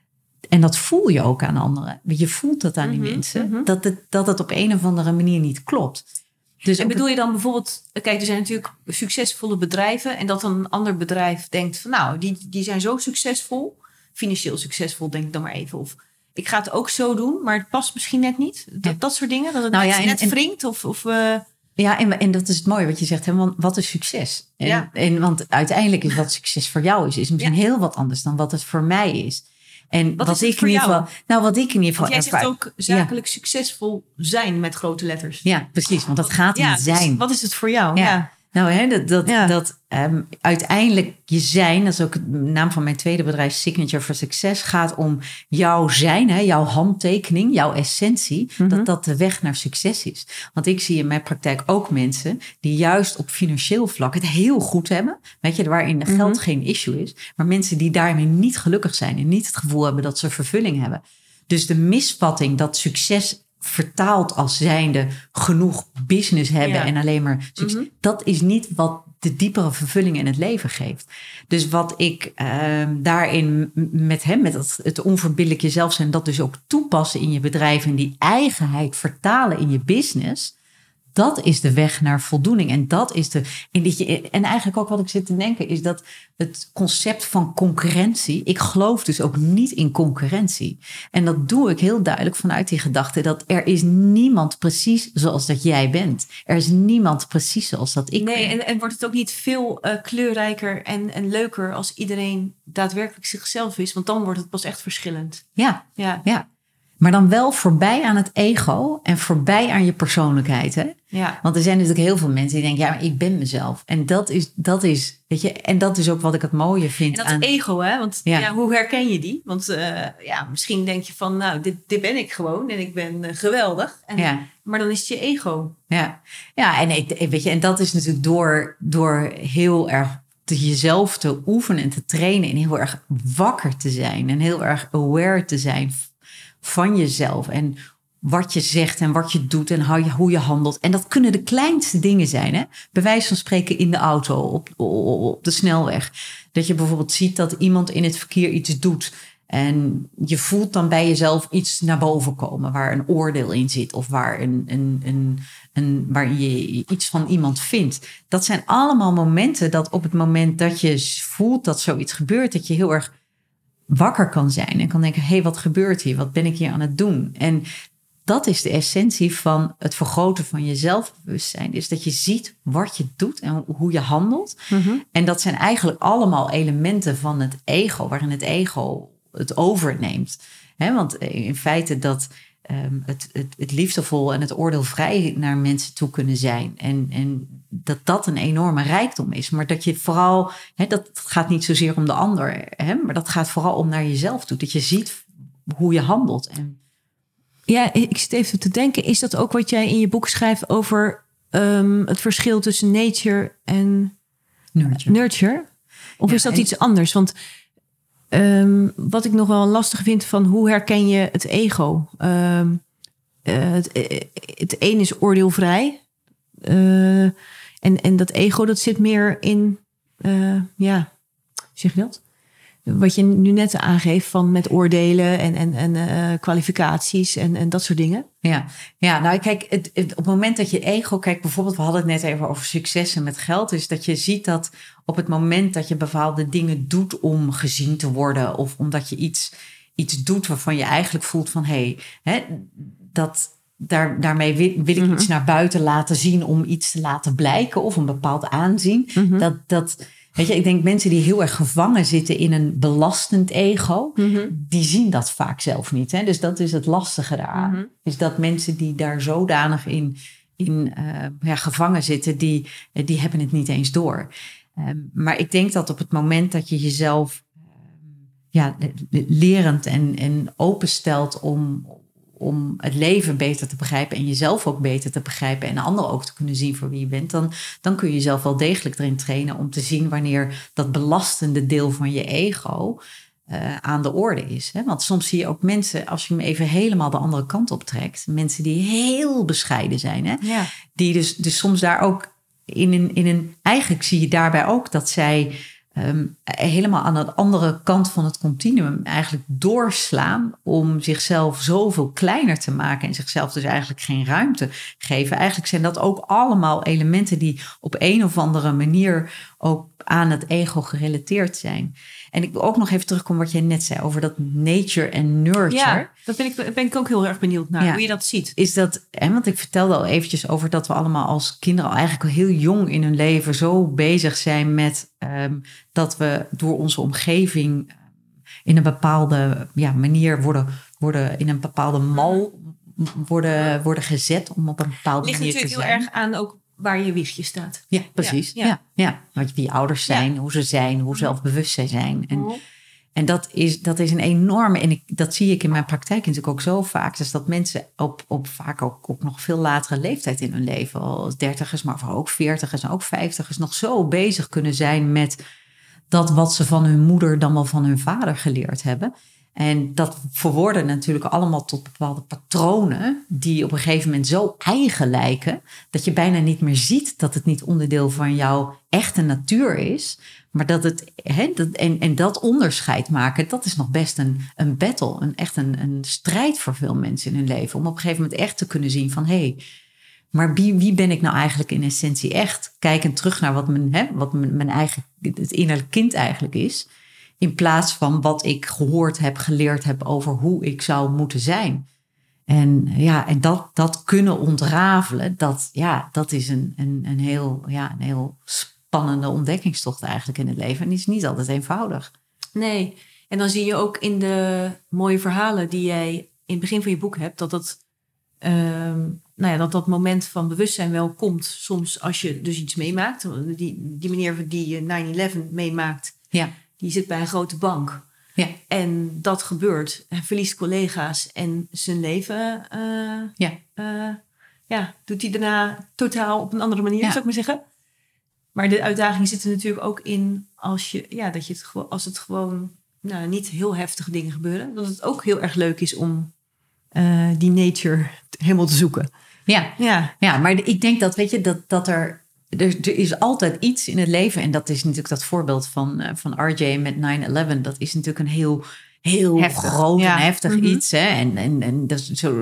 En dat voel je ook aan anderen. Je voelt dat aan die mensen. Dat het op een of andere manier niet klopt. Dus en bedoel je dan bijvoorbeeld, kijk, er zijn natuurlijk succesvolle bedrijven en dat dan een ander bedrijf denkt van nou, die zijn zo succesvol, financieel succesvol denk ik dan maar even. Of ik ga het ook zo doen, maar het past misschien net niet. Dat soort dingen, dat het net wringt of Ja, en dat is het mooie wat je zegt, hè? Want wat is succes? Want uiteindelijk is wat succes voor jou is misschien heel wat anders dan wat het voor mij is. En wat ik in ieder geval. Nou, wat ik in ieder geval. Want jij zegt ook zakelijk succesvol zijn met grote letters. Ja, precies. Want dat gaat niet zijn. Dus wat is het voor jou? Ja. Nou, dat uiteindelijk je zijn, dat is ook de naam van mijn tweede bedrijf, Signature for Success, gaat om jouw zijn, jouw handtekening, jouw essentie, dat de weg naar succes is. Want ik zie in mijn praktijk ook mensen die juist op financieel vlak het heel goed hebben, weet je, waarin geld geen issue is, maar mensen die daarmee niet gelukkig zijn en niet het gevoel hebben dat ze vervulling hebben. Dus de misvatting dat succes vertaald als zijnde genoeg business hebben en alleen maar succes. Dat is niet wat de diepere vervulling in het leven geeft. Dus wat ik daarin met hem, met het onverbiddelijk jezelf zijn, dat dus ook toepassen in je bedrijf en die eigenheid vertalen in je business, dat is de weg naar voldoening. En dat is en eigenlijk ook wat ik zit te denken is dat het concept van concurrentie. Ik geloof dus ook niet in concurrentie. En dat doe ik heel duidelijk vanuit die gedachte dat er is niemand precies zoals dat jij bent. Er is niemand precies zoals dat ik ben. Nee, en wordt het ook niet veel kleurrijker en leuker als iedereen daadwerkelijk zichzelf is? Want dan wordt het pas echt verschillend. Ja. Maar dan wel voorbij aan het ego en voorbij aan je persoonlijkheid. Hè? Ja. Want er zijn natuurlijk heel veel mensen die denken, ja, maar ik ben mezelf. En dat is, weet je, en dat is ook wat ik het mooie vind. En dat ego, hè? Want hoe herken je die? Want misschien denk je van, nou, dit ben ik gewoon en ik ben geweldig. Maar dan is het je ego. Ja, en weet je, en dat is natuurlijk door heel erg jezelf te oefenen en te trainen en heel erg wakker te zijn en heel erg aware te zijn van jezelf en wat je zegt en wat je doet en hoe je handelt. En dat kunnen de kleinste dingen zijn. Hè? Bij wijze van spreken in de auto, op de snelweg. Dat je bijvoorbeeld ziet dat iemand in het verkeer iets doet. En je voelt dan bij jezelf iets naar boven komen. Waar een oordeel in zit. Of waar waar je iets van iemand vindt. Dat zijn allemaal momenten dat op het moment dat je voelt dat zoiets gebeurt. Dat je heel erg wakker kan zijn. En kan denken, hé, wat gebeurt hier? Wat ben ik hier aan het doen? En dat is de essentie van het vergroten van je zelfbewustzijn. Is dat je ziet wat je doet en hoe je handelt. Mm-hmm. En dat zijn eigenlijk allemaal elementen van het ego. Waarin het ego het overneemt. Want in feite dat het liefdevol en het oordeelvrij naar mensen toe kunnen zijn. En dat een enorme rijkdom is. Maar dat je vooral, dat gaat niet zozeer om de ander. Maar dat gaat vooral om naar jezelf toe. Dat je ziet hoe je handelt. Ja, ik zit even te denken. Is dat ook wat jij in je boek schrijft over het verschil tussen nature en nurture? Of is dat iets anders? Want wat ik nog wel lastig vind van hoe herken je het ego? Het een is oordeelvrij. En dat ego dat zit meer in, hoe zeg je dat? Wat je nu net aangeeft van met oordelen en kwalificaties en dat soort dingen. Ja, nou kijk, op het moment dat je ego... Kijk, bijvoorbeeld, we hadden het net even over successen met geld. Dus dat je ziet dat op het moment dat je bepaalde dingen doet om gezien te worden... of omdat je iets doet waarvan je eigenlijk voelt van... daarmee wil ik iets naar buiten laten zien om iets te laten blijken... of een bepaald aanzien. Mm-hmm. Weet je, ik denk mensen die heel erg gevangen zitten in een belastend ego... die zien dat vaak zelf niet. Hè? Dus dat is het lastige daaraan. Mm-hmm. Is dat mensen die daar zodanig in gevangen zitten... die hebben het niet eens door. Maar ik denk dat op het moment dat je jezelf lerend en openstelt... om het leven beter te begrijpen en jezelf ook beter te begrijpen... en anderen ook te kunnen zien voor wie je bent... dan kun je jezelf wel degelijk erin trainen om te zien... wanneer dat belastende deel van je ego aan de orde is. Hè? Want soms zie je ook mensen, als je hem even helemaal de andere kant optrekt... mensen die heel bescheiden zijn. Hè? Ja. Die dus soms daar ook in een... Eigenlijk zie je daarbij ook dat zij... helemaal aan de andere kant van het continuum eigenlijk doorslaan... om zichzelf zoveel kleiner te maken... en zichzelf dus eigenlijk geen ruimte geven. Eigenlijk zijn dat ook allemaal elementen... die op een of andere manier ook aan het ego gerelateerd zijn. En ik wil ook nog even terugkomen wat jij net zei... over dat nature en nurture. Ja, dat ben ik ook heel erg benieuwd naar, hoe je dat ziet. Is dat, want ik vertelde al eventjes over dat we allemaal als kinderen... al eigenlijk al heel jong in hun leven zo bezig zijn met... dat we door onze omgeving in een bepaalde manier worden in een bepaalde mal worden gezet... om op een bepaalde manier te zijn. Ligt natuurlijk heel erg aan ook waar je wiegje staat. Ja, precies. Ja. Wie je ouders zijn, hoe ze zijn, hoe zelfbewust zij zijn. En dat is een enorme... En dat zie ik in mijn praktijk natuurlijk ook zo vaak... dus dat mensen op vaak ook nog veel latere leeftijd in hun leven... als 30'ers, maar ook 40'ers en ook 50'ers... nog zo bezig kunnen zijn met dat wat ze van hun moeder... dan wel van hun vader geleerd hebben... En dat verwoorden natuurlijk allemaal tot bepaalde patronen... die op een gegeven moment zo eigen lijken... dat je bijna niet meer ziet dat het niet onderdeel van jouw echte natuur is... maar dat het en dat onderscheid maken... dat is nog best een battle, echt een strijd voor veel mensen in hun leven... om op een gegeven moment echt te kunnen zien van... maar wie ben ik nou eigenlijk in essentie echt? Kijkend terug naar wat mijn eigen, het innerlijke kind eigenlijk is... in plaats van wat ik gehoord heb, geleerd heb over hoe ik zou moeten zijn. En dat kunnen ontrafelen, dat is een heel spannende ontdekkingstocht eigenlijk in het leven. En die is niet altijd eenvoudig. Nee, en dan zie je ook in de mooie verhalen die jij in het begin van je boek hebt... dat moment van bewustzijn wel komt soms als je dus iets meemaakt. Die meneer die 9/11 meemaakt... Ja. Die zit bij een grote bank. Ja. En dat gebeurt. Hij verliest collega's en zijn leven... doet hij daarna totaal op een andere manier, zou ik maar zeggen. Maar de uitdaging zit er natuurlijk ook in... als het gewoon niet heel heftige dingen gebeuren... dat het ook heel erg leuk is om die nature helemaal te zoeken. Ja, maar ik denk dat, weet je, dat er is altijd iets in het leven. En dat is natuurlijk dat voorbeeld van RJ met 9/11. Dat is natuurlijk een heel heftig, groot en heftig iets. Hè? En dat is zo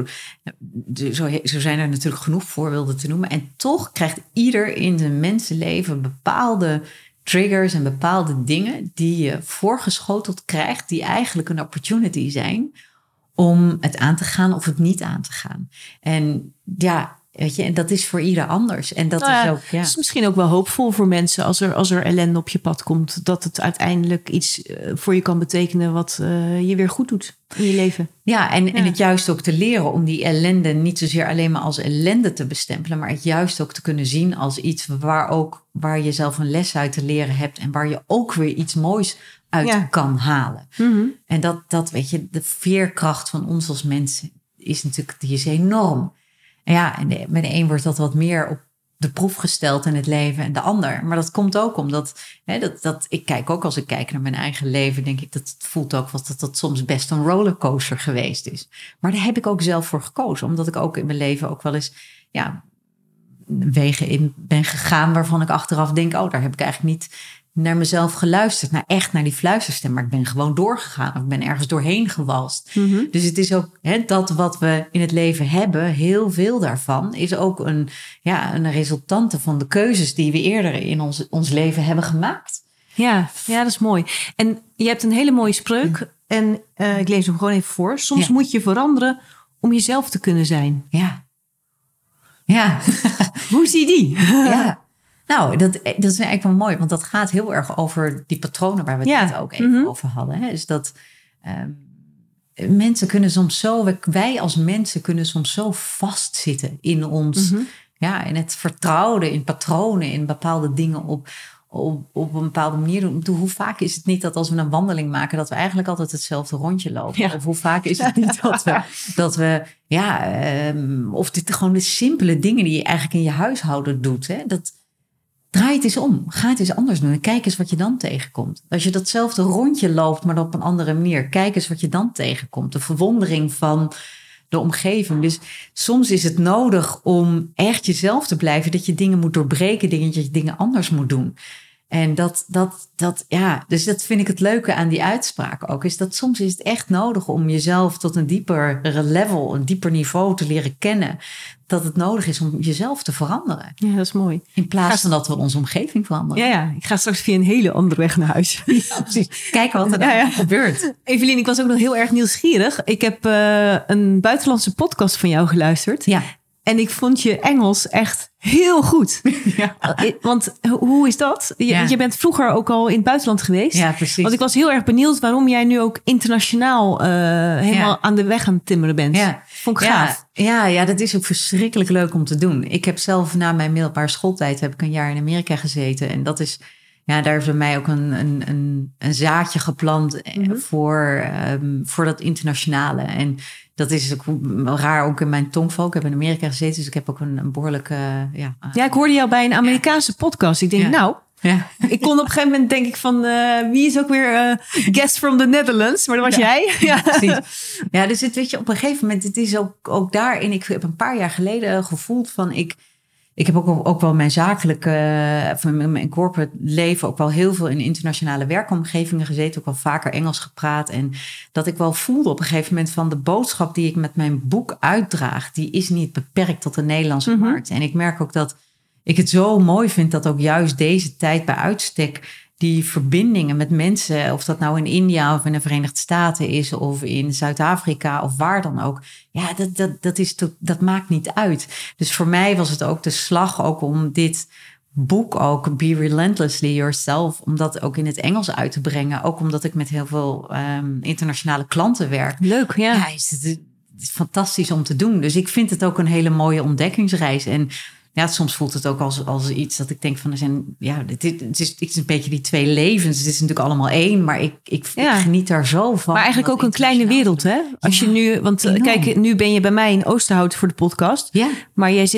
zijn er natuurlijk genoeg voorbeelden te noemen. En toch krijgt ieder in zijn mensenleven bepaalde triggers en bepaalde dingen die je voorgeschoteld krijgt, die eigenlijk een opportunity zijn om het aan te gaan of het niet aan te gaan. En weet je, en dat is voor ieder anders. En dat is ook. Ja. Het is misschien ook wel hoopvol voor mensen als er ellende op je pad komt, dat het uiteindelijk iets voor je kan betekenen wat je weer goed doet in je leven. Ja, en het juist ook te leren om die ellende niet zozeer alleen maar als ellende te bestempelen, maar het juist ook te kunnen zien als iets waar je zelf een les uit te leren hebt en waar je ook weer iets moois uit kan halen. Mm-hmm. En dat weet je, de veerkracht van ons als mensen die is enorm. En met de een wordt dat wat meer op de proef gesteld in het leven en de ander. Maar dat komt ook omdat ik kijk ook als ik kijk naar mijn eigen leven, denk ik dat het voelt ook dat soms best een rollercoaster geweest is. Maar daar heb ik ook zelf voor gekozen, omdat ik ook in mijn leven ook wel eens wegen in ben gegaan waarvan ik achteraf denk, daar heb ik eigenlijk niet naar mezelf geluisterd, naar die fluisterstem. Maar ik ben gewoon doorgegaan of ik ben ergens doorheen gewalst. Mm-hmm. Dus het is ook dat wat we in het leven hebben, heel veel daarvan is ook een resultante van de keuzes die we eerder in ons leven hebben gemaakt. Ja, dat is mooi. En je hebt een hele mooie spreuk en ik lees hem gewoon even voor. Soms moet je veranderen om jezelf te kunnen zijn. Ja. Hoe zie je die? Ja. Nou, dat is eigenlijk wel mooi, want dat gaat heel erg over die patronen waar we het net ook even over hadden. Hè? Dus dat mensen kunnen soms wij als mensen kunnen soms zo vastzitten in ons, in het vertrouwde, in patronen, in bepaalde dingen op een bepaalde manier doen. Hoe vaak is het niet dat als we een wandeling maken, dat we eigenlijk altijd hetzelfde rondje lopen? Ja. Of hoe vaak is het niet dat we of dit gewoon de simpele dingen die je eigenlijk in je huishouden doet, hè? Draai het eens om. Ga het eens anders doen. En kijk eens wat je dan tegenkomt. Als je datzelfde rondje loopt, maar op een andere manier. Kijk eens wat je dan tegenkomt. De verwondering van de omgeving. Dus soms is het nodig om echt jezelf te blijven. Dat je dingen moet doorbreken. Dat je dingen anders moet doen. En dus dat vind ik het leuke aan die uitspraak ook. Is dat soms is het echt nodig om jezelf tot een dieper level, een dieper niveau te leren kennen. Dat het nodig is om jezelf te veranderen. Ja, dat is mooi. In plaats van dat we onze omgeving veranderen. Ja, ik ga straks via een hele andere weg naar huis. Ja, precies. Kijken wat er dan gebeurt. Evelien, ik was ook nog heel erg nieuwsgierig. Ik heb een buitenlandse podcast van jou geluisterd. Ja. En ik vond je Engels echt heel goed. Ja. Want hoe is dat? Je bent vroeger ook al in het buitenland geweest. Ja, precies. Want ik was heel erg benieuwd waarom jij nu ook internationaal helemaal aan de weg aan het timmeren bent. Ja. Vond ik gaaf. Ja, dat is ook verschrikkelijk leuk om te doen. Ik heb zelf na mijn middelbare schooltijd heb ik een jaar in Amerika gezeten. En dat is, daar is bij mij ook een zaadje geplant voor dat internationale. En dat is ook raar ook in mijn tongval. Ik heb in Amerika gezeten, dus ik heb ook een behoorlijke... ik hoorde jou bij een Amerikaanse podcast. Ik denk, ik kon op een gegeven moment denk ik van... wie is ook weer guest from the Netherlands? Maar dat was jij. Ja, precies. Ja, dus weet je, op een gegeven moment... Het is ook daarin... Ik heb een paar jaar geleden gevoeld van... Ik heb ook wel mijn zakelijke, mijn corporate leven ook wel heel veel in internationale werkomgevingen gezeten. Ook wel vaker Engels gepraat. En dat ik wel voelde op een gegeven moment van de boodschap die ik met mijn boek uitdraag, die is niet beperkt tot de Nederlandse markt. En ik merk ook dat ik het zo mooi vind dat ook juist deze tijd bij uitstek die verbindingen met mensen, of dat nou in India of in de Verenigde Staten is of in Zuid-Afrika of waar dan ook. Ja, dat maakt niet uit. Dus voor mij was het ook de slag ook om dit boek ook, Be Relentlessly Yourself, om dat ook in het Engels uit te brengen. Ook omdat ik met heel veel internationale klanten werk. Leuk, ja. Ja, het is fantastisch om te doen. Dus ik vind het ook een hele mooie ontdekkingsreis. En ja, soms voelt het ook als iets dat ik denk van... het is een beetje die twee levens. Het is natuurlijk allemaal één, maar ik geniet daar zo van. Maar eigenlijk ook een kleine wereld, hè? Als je nu... Want kijk, nu ben je bij mij in Oosterhout voor de podcast. Ja. Maar jij zit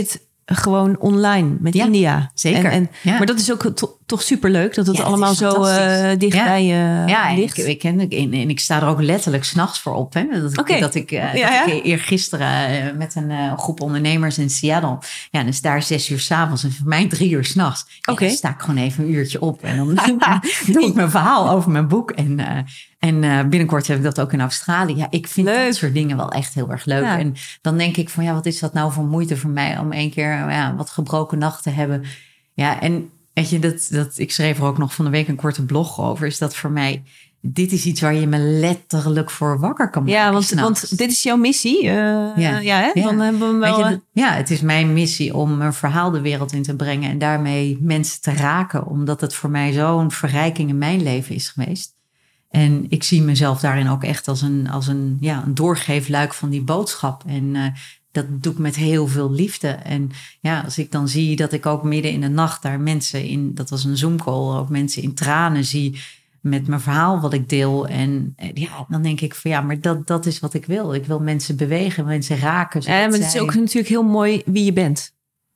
gewoon online met India. Zeker. Maar dat is ook toch superleuk dat het allemaal zo dichtbij ligt. Ik sta er ook letterlijk 's nachts voor op. Hè? Dat ik eergisteren met een groep ondernemers in Seattle. Ja, dan is daar 6 uur 's avonds en voor mij 3 uur 's nachts. Dan sta ik gewoon even een uurtje op en dan doe ik mijn verhaal over mijn boek. En binnenkort heb ik dat ook in Australië. Ja, ik vind dat soort dingen wel echt heel erg leuk. Ja. En dan denk ik van wat is dat nou voor moeite voor mij om 1 keer wat gebroken nacht te hebben. Ja, en weet je, ik schreef er ook nog van de week een korte blog over. Is dat voor mij, dit is iets waar je me letterlijk voor wakker kan maken. Ja, want dit is jouw missie. Dan hebben we hem wel... het is mijn missie om mijn verhaal de wereld in te brengen. En daarmee mensen te raken. Omdat het voor mij zo'n verrijking in mijn leven is geweest. En ik zie mezelf daarin ook echt als een doorgeefluik van die boodschap. En dat doe ik met heel veel liefde. En als ik dan zie dat ik ook midden in de nacht daar mensen dat was een Zoom-call, ook mensen in tranen zie met mijn verhaal wat ik deel. En dan denk ik van maar dat is wat ik wil. Ik wil mensen bewegen, mensen raken. Maar het is ook natuurlijk heel mooi wie je bent.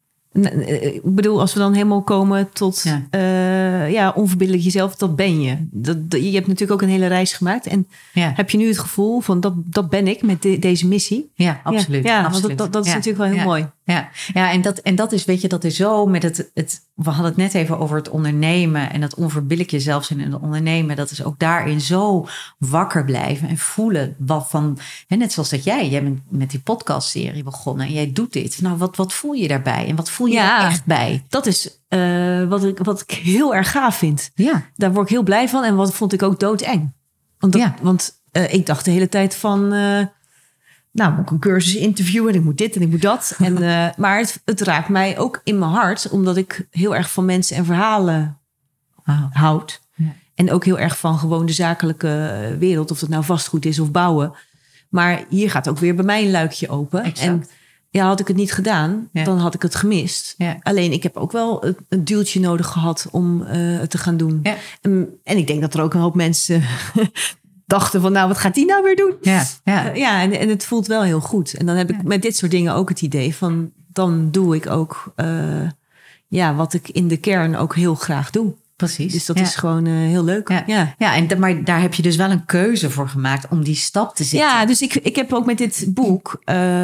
Ik bedoel, als we dan helemaal komen tot onverbiddelijk jezelf, dat ben je. Je hebt natuurlijk ook een hele reis gemaakt. En heb je nu het gevoel van dat ben ik met deze missie? Ja, absoluut. Ja, absoluut. Want dat is natuurlijk wel heel mooi. Ja, en dat is, weet je, dat is zo met het. We hadden het net even over het ondernemen en dat onverbiddelijk jezelf zijn in het ondernemen. Dat is ook daarin zo wakker blijven en voelen wat van. Net zoals dat jij bent met die podcastserie begonnen en jij doet dit. Nou, wat voel je daarbij en wat voel je er echt bij? Dat is wat ik heel erg gaaf vind. Ja. Daar word ik heel blij van en wat vond ik ook doodeng. Want ik dacht de hele tijd van. Moet ik een cursus interviewen en ik moet dit en ik moet dat. Maar het raakt mij ook in mijn hart, omdat ik heel erg van mensen en verhalen houd. Ja. En ook heel erg van gewoon de zakelijke wereld, of dat nou vastgoed is of bouwen. Maar hier gaat ook weer bij mij een luikje open. Exact. En had ik het niet gedaan, dan had ik het gemist. Ja. Alleen ik heb ook wel een duwtje nodig gehad om het te gaan doen. Ja. En ik denk dat er ook een hoop mensen dachten van, wat gaat die nou weer doen? En het voelt wel heel goed. En dan heb ik met dit soort dingen ook het idee van, dan doe ik ook wat ik in de kern ook heel graag doe. Precies. Dus dat is gewoon heel leuk. Maar daar heb je dus wel een keuze voor gemaakt om die stap te zetten. Ja, dus ik heb ook met dit boek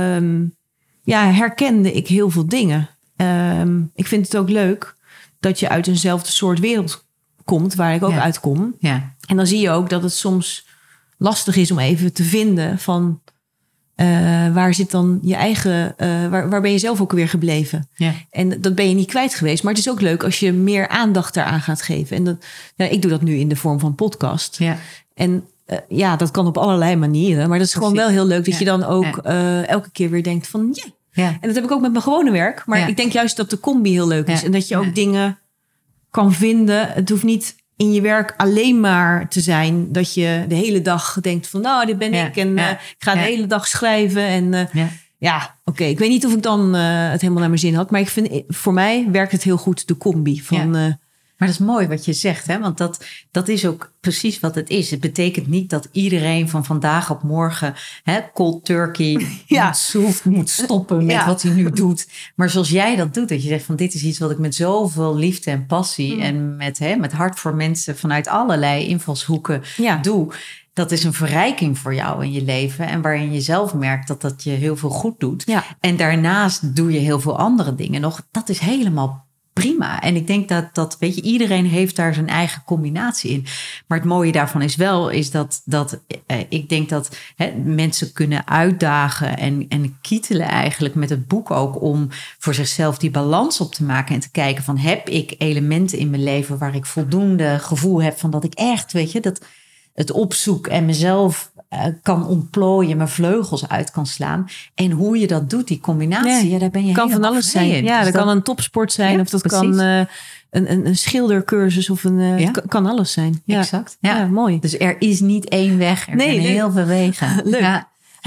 herkende ik heel veel dingen. Ik vind het ook leuk dat je uit eenzelfde soort wereld komt, waar ik ook uitkom. Ja. En dan zie je ook dat het soms lastig is om even te vinden van waar zit dan je eigen, waar ben je zelf ook weer gebleven? Ja. En dat ben je niet kwijt geweest. Maar het is ook leuk als je meer aandacht daaraan gaat geven. En ik doe dat nu in de vorm van podcast. Ja. En dat kan op allerlei manieren. Maar dat is gewoon wel heel leuk dat je dan ook elke keer weer denkt van Ja. En dat heb ik ook met mijn gewone werk. Maar ik denk juist dat de combi heel leuk is. En dat je ook dingen kan vinden. Het hoeft niet in je werk alleen maar te zijn dat je de hele dag denkt van dit ben ik. En ik ga de hele dag schrijven. En oké. Ik weet niet of ik dan het helemaal naar mijn zin had. Maar ik vind, voor mij werkt het heel goed, de combi van... Maar dat is mooi wat je zegt, hè? Want dat is ook precies wat het is. Het betekent niet dat iedereen van vandaag op morgen cold turkey moet stoppen met wat hij nu doet. Maar zoals jij dat doet, dat je zegt van dit is iets wat ik met zoveel liefde en passie en met hart voor mensen vanuit allerlei invalshoeken doe. Dat is een verrijking voor jou in je leven. En waarin je zelf merkt dat je heel veel goed doet. Ja. En daarnaast doe je heel veel andere dingen nog. Dat is helemaal prima. En ik denk dat weet je, iedereen heeft daar zijn eigen combinatie in. Maar het mooie daarvan is wel, dat ik denk dat mensen kunnen uitdagen en kietelen eigenlijk met het boek ook om voor zichzelf die balans op te maken en te kijken van, heb ik elementen in mijn leven waar ik voldoende gevoel heb van dat ik echt, weet je, dat het opzoek en mezelf kan ontplooien, mijn vleugels uit kan slaan. En hoe je dat doet, die combinatie, daar ben je kan van alles zijn. In. Ja, dus dat kan een topsport zijn of dat precies. Kan een schildercursus of kan alles zijn. Ja. Exact. Ja. Mooi. Dus er is niet één weg, er zijn heel veel wegen. Leuk. Ja.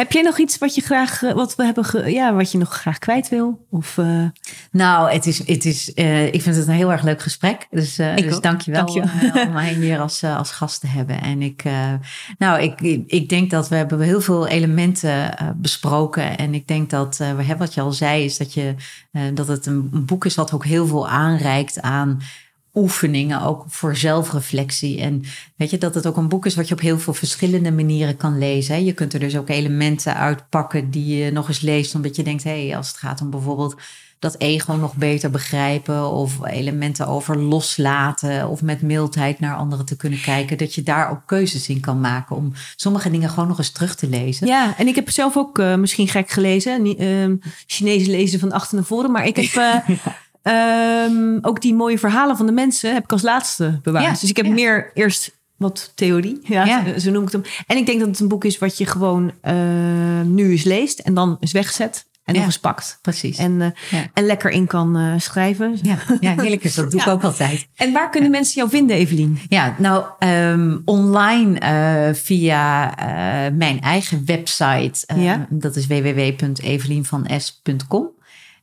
Heb jij nog iets wat je graag, wat je nog graag kwijt wil? Of, Nou, ik vind het een heel erg leuk gesprek. Dus dank je wel om mij hier als gast te hebben. En ik denk dat we hebben heel veel elementen besproken. En ik denk dat wat je al zei, is dat het een boek is wat ook heel veel aanreikt aan oefeningen, ook voor zelfreflectie. En weet je, dat het ook een boek is wat je op heel veel verschillende manieren kan lezen. Hè? Je kunt er dus ook elementen uitpakken die je nog eens leest, omdat je denkt, als het gaat om bijvoorbeeld dat ego nog beter begrijpen, of elementen over loslaten, of met mildheid naar anderen te kunnen kijken, dat je daar ook keuzes in kan maken om sommige dingen gewoon nog eens terug te lezen. Ja, en ik heb zelf ook misschien gek gelezen, Chinees lezen van achter naar voren, maar ik heb ook die mooie verhalen van de mensen heb ik als laatste bewaard. Ja, dus ik heb meer eerst wat theorie, zo noem ik het hem. En ik denk dat het een boek is wat je gewoon nu eens leest en dan eens wegzet. En nog eens pakt. Precies. En lekker in kan schrijven. Ja, heerlijk is dat. Doe ik ook altijd. En waar kunnen mensen jou vinden, Evelien? Ja, nou, online via mijn eigen website. Dat is www.evelienvanes.com.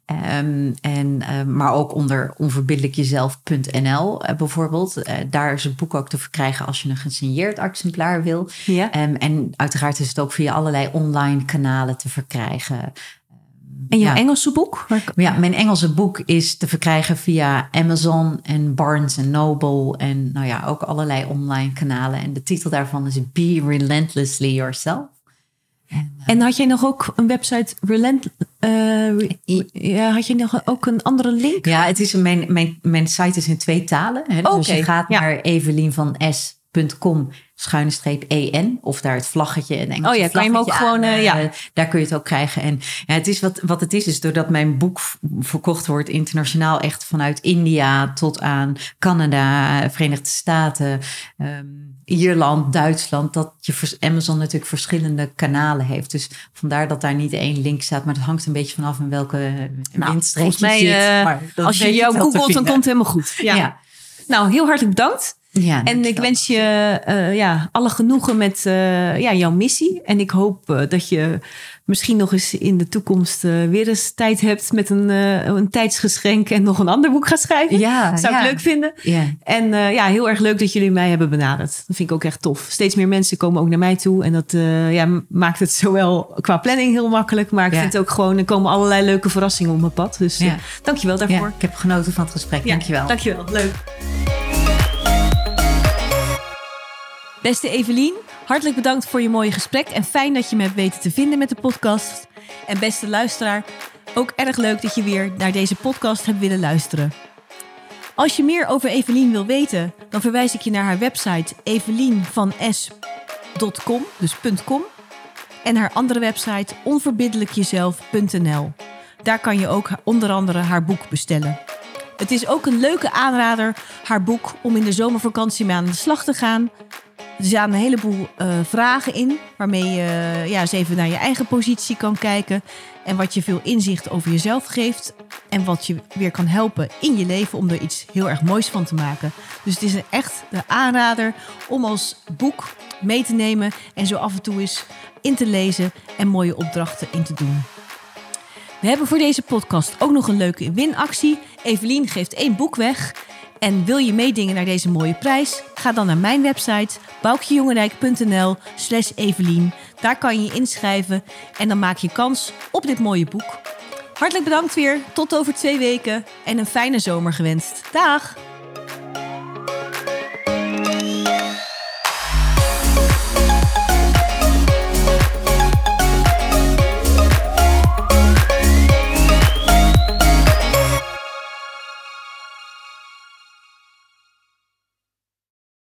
Maar ook onder onverbiddelijkjezelf.nl bijvoorbeeld. Daar is het boek ook te verkrijgen als je een gesigneerd exemplaar wil. Ja. En uiteraard is het ook via allerlei online kanalen te verkrijgen. En jouw Engelse boek? Ja, mijn Engelse boek is te verkrijgen via Amazon en Barnes Noble. En ook allerlei online kanalen. En de titel daarvan is Be Relentlessly Yourself. En had jij nog ook een website had je nog ook een andere link? Ja, het is mijn site is in 2 talen. Hè? Dus als je gaat naar evelienvanes.com/en of daar het vlaggetje en Engelse vlaggetje kan je hem ook gewoon daar kun je het ook krijgen. En het is wat het is doordat mijn boek verkocht wordt internationaal, echt vanuit India tot aan Canada, Verenigde Staten, Ierland, Duitsland, dat je Amazon natuurlijk verschillende kanalen heeft. Dus vandaar dat daar niet 1 link staat, maar het hangt een beetje vanaf in welke windstreek je zit. Maar als je jou googelt, dan komt het helemaal goed. Ja. Nou, heel hartelijk bedankt. Ja, en ik wens je alle genoegen met jouw missie. En ik hoop dat je misschien nog eens in de toekomst weer eens tijd hebt met een tijdsgeschenk en nog een ander boek gaat schrijven. Ja, zou ik leuk vinden. Ja. En heel erg leuk dat jullie mij hebben benaderd. Dat vind ik ook echt tof. Steeds meer mensen komen ook naar mij toe. En dat maakt het zowel qua planning heel makkelijk. Maar ik vind het ook gewoon, er komen allerlei leuke verrassingen op mijn pad. Dus dankjewel daarvoor. Ja, ik heb genoten van het gesprek. Dankjewel. Dankjewel, leuk. Beste Evelien, hartelijk bedankt voor je mooie gesprek en fijn dat je me hebt weten te vinden met de podcast. En beste luisteraar, ook erg leuk dat je weer naar deze podcast hebt willen luisteren. Als je meer over Evelien wil weten, dan verwijs ik je naar haar website evelienvanes.com, dus .com, en haar andere website onverbiddelijkjezelf.nl. Daar kan je ook onder andere haar boek bestellen. Het is ook een leuke aanrader, haar boek, om in de zomervakantie mee aan de slag te gaan. Er staan een heleboel vragen in, waarmee je eens even naar je eigen positie kan kijken. En wat je veel inzicht over jezelf geeft. En wat je weer kan helpen in je leven om er iets heel erg moois van te maken. Dus het is echt de aanrader om als boek mee te nemen en zo af en toe eens in te lezen en mooie opdrachten in te doen. We hebben voor deze podcast ook nog een leuke winactie. Evelien geeft 1 boek weg. En wil je meedingen naar deze mooie prijs? Ga dan naar mijn website boukjejongendijk.nl/Evelien. Daar kan je je inschrijven en dan maak je kans op dit mooie boek. Hartelijk bedankt weer. Tot over 2 weken en een fijne zomer gewenst. Dag!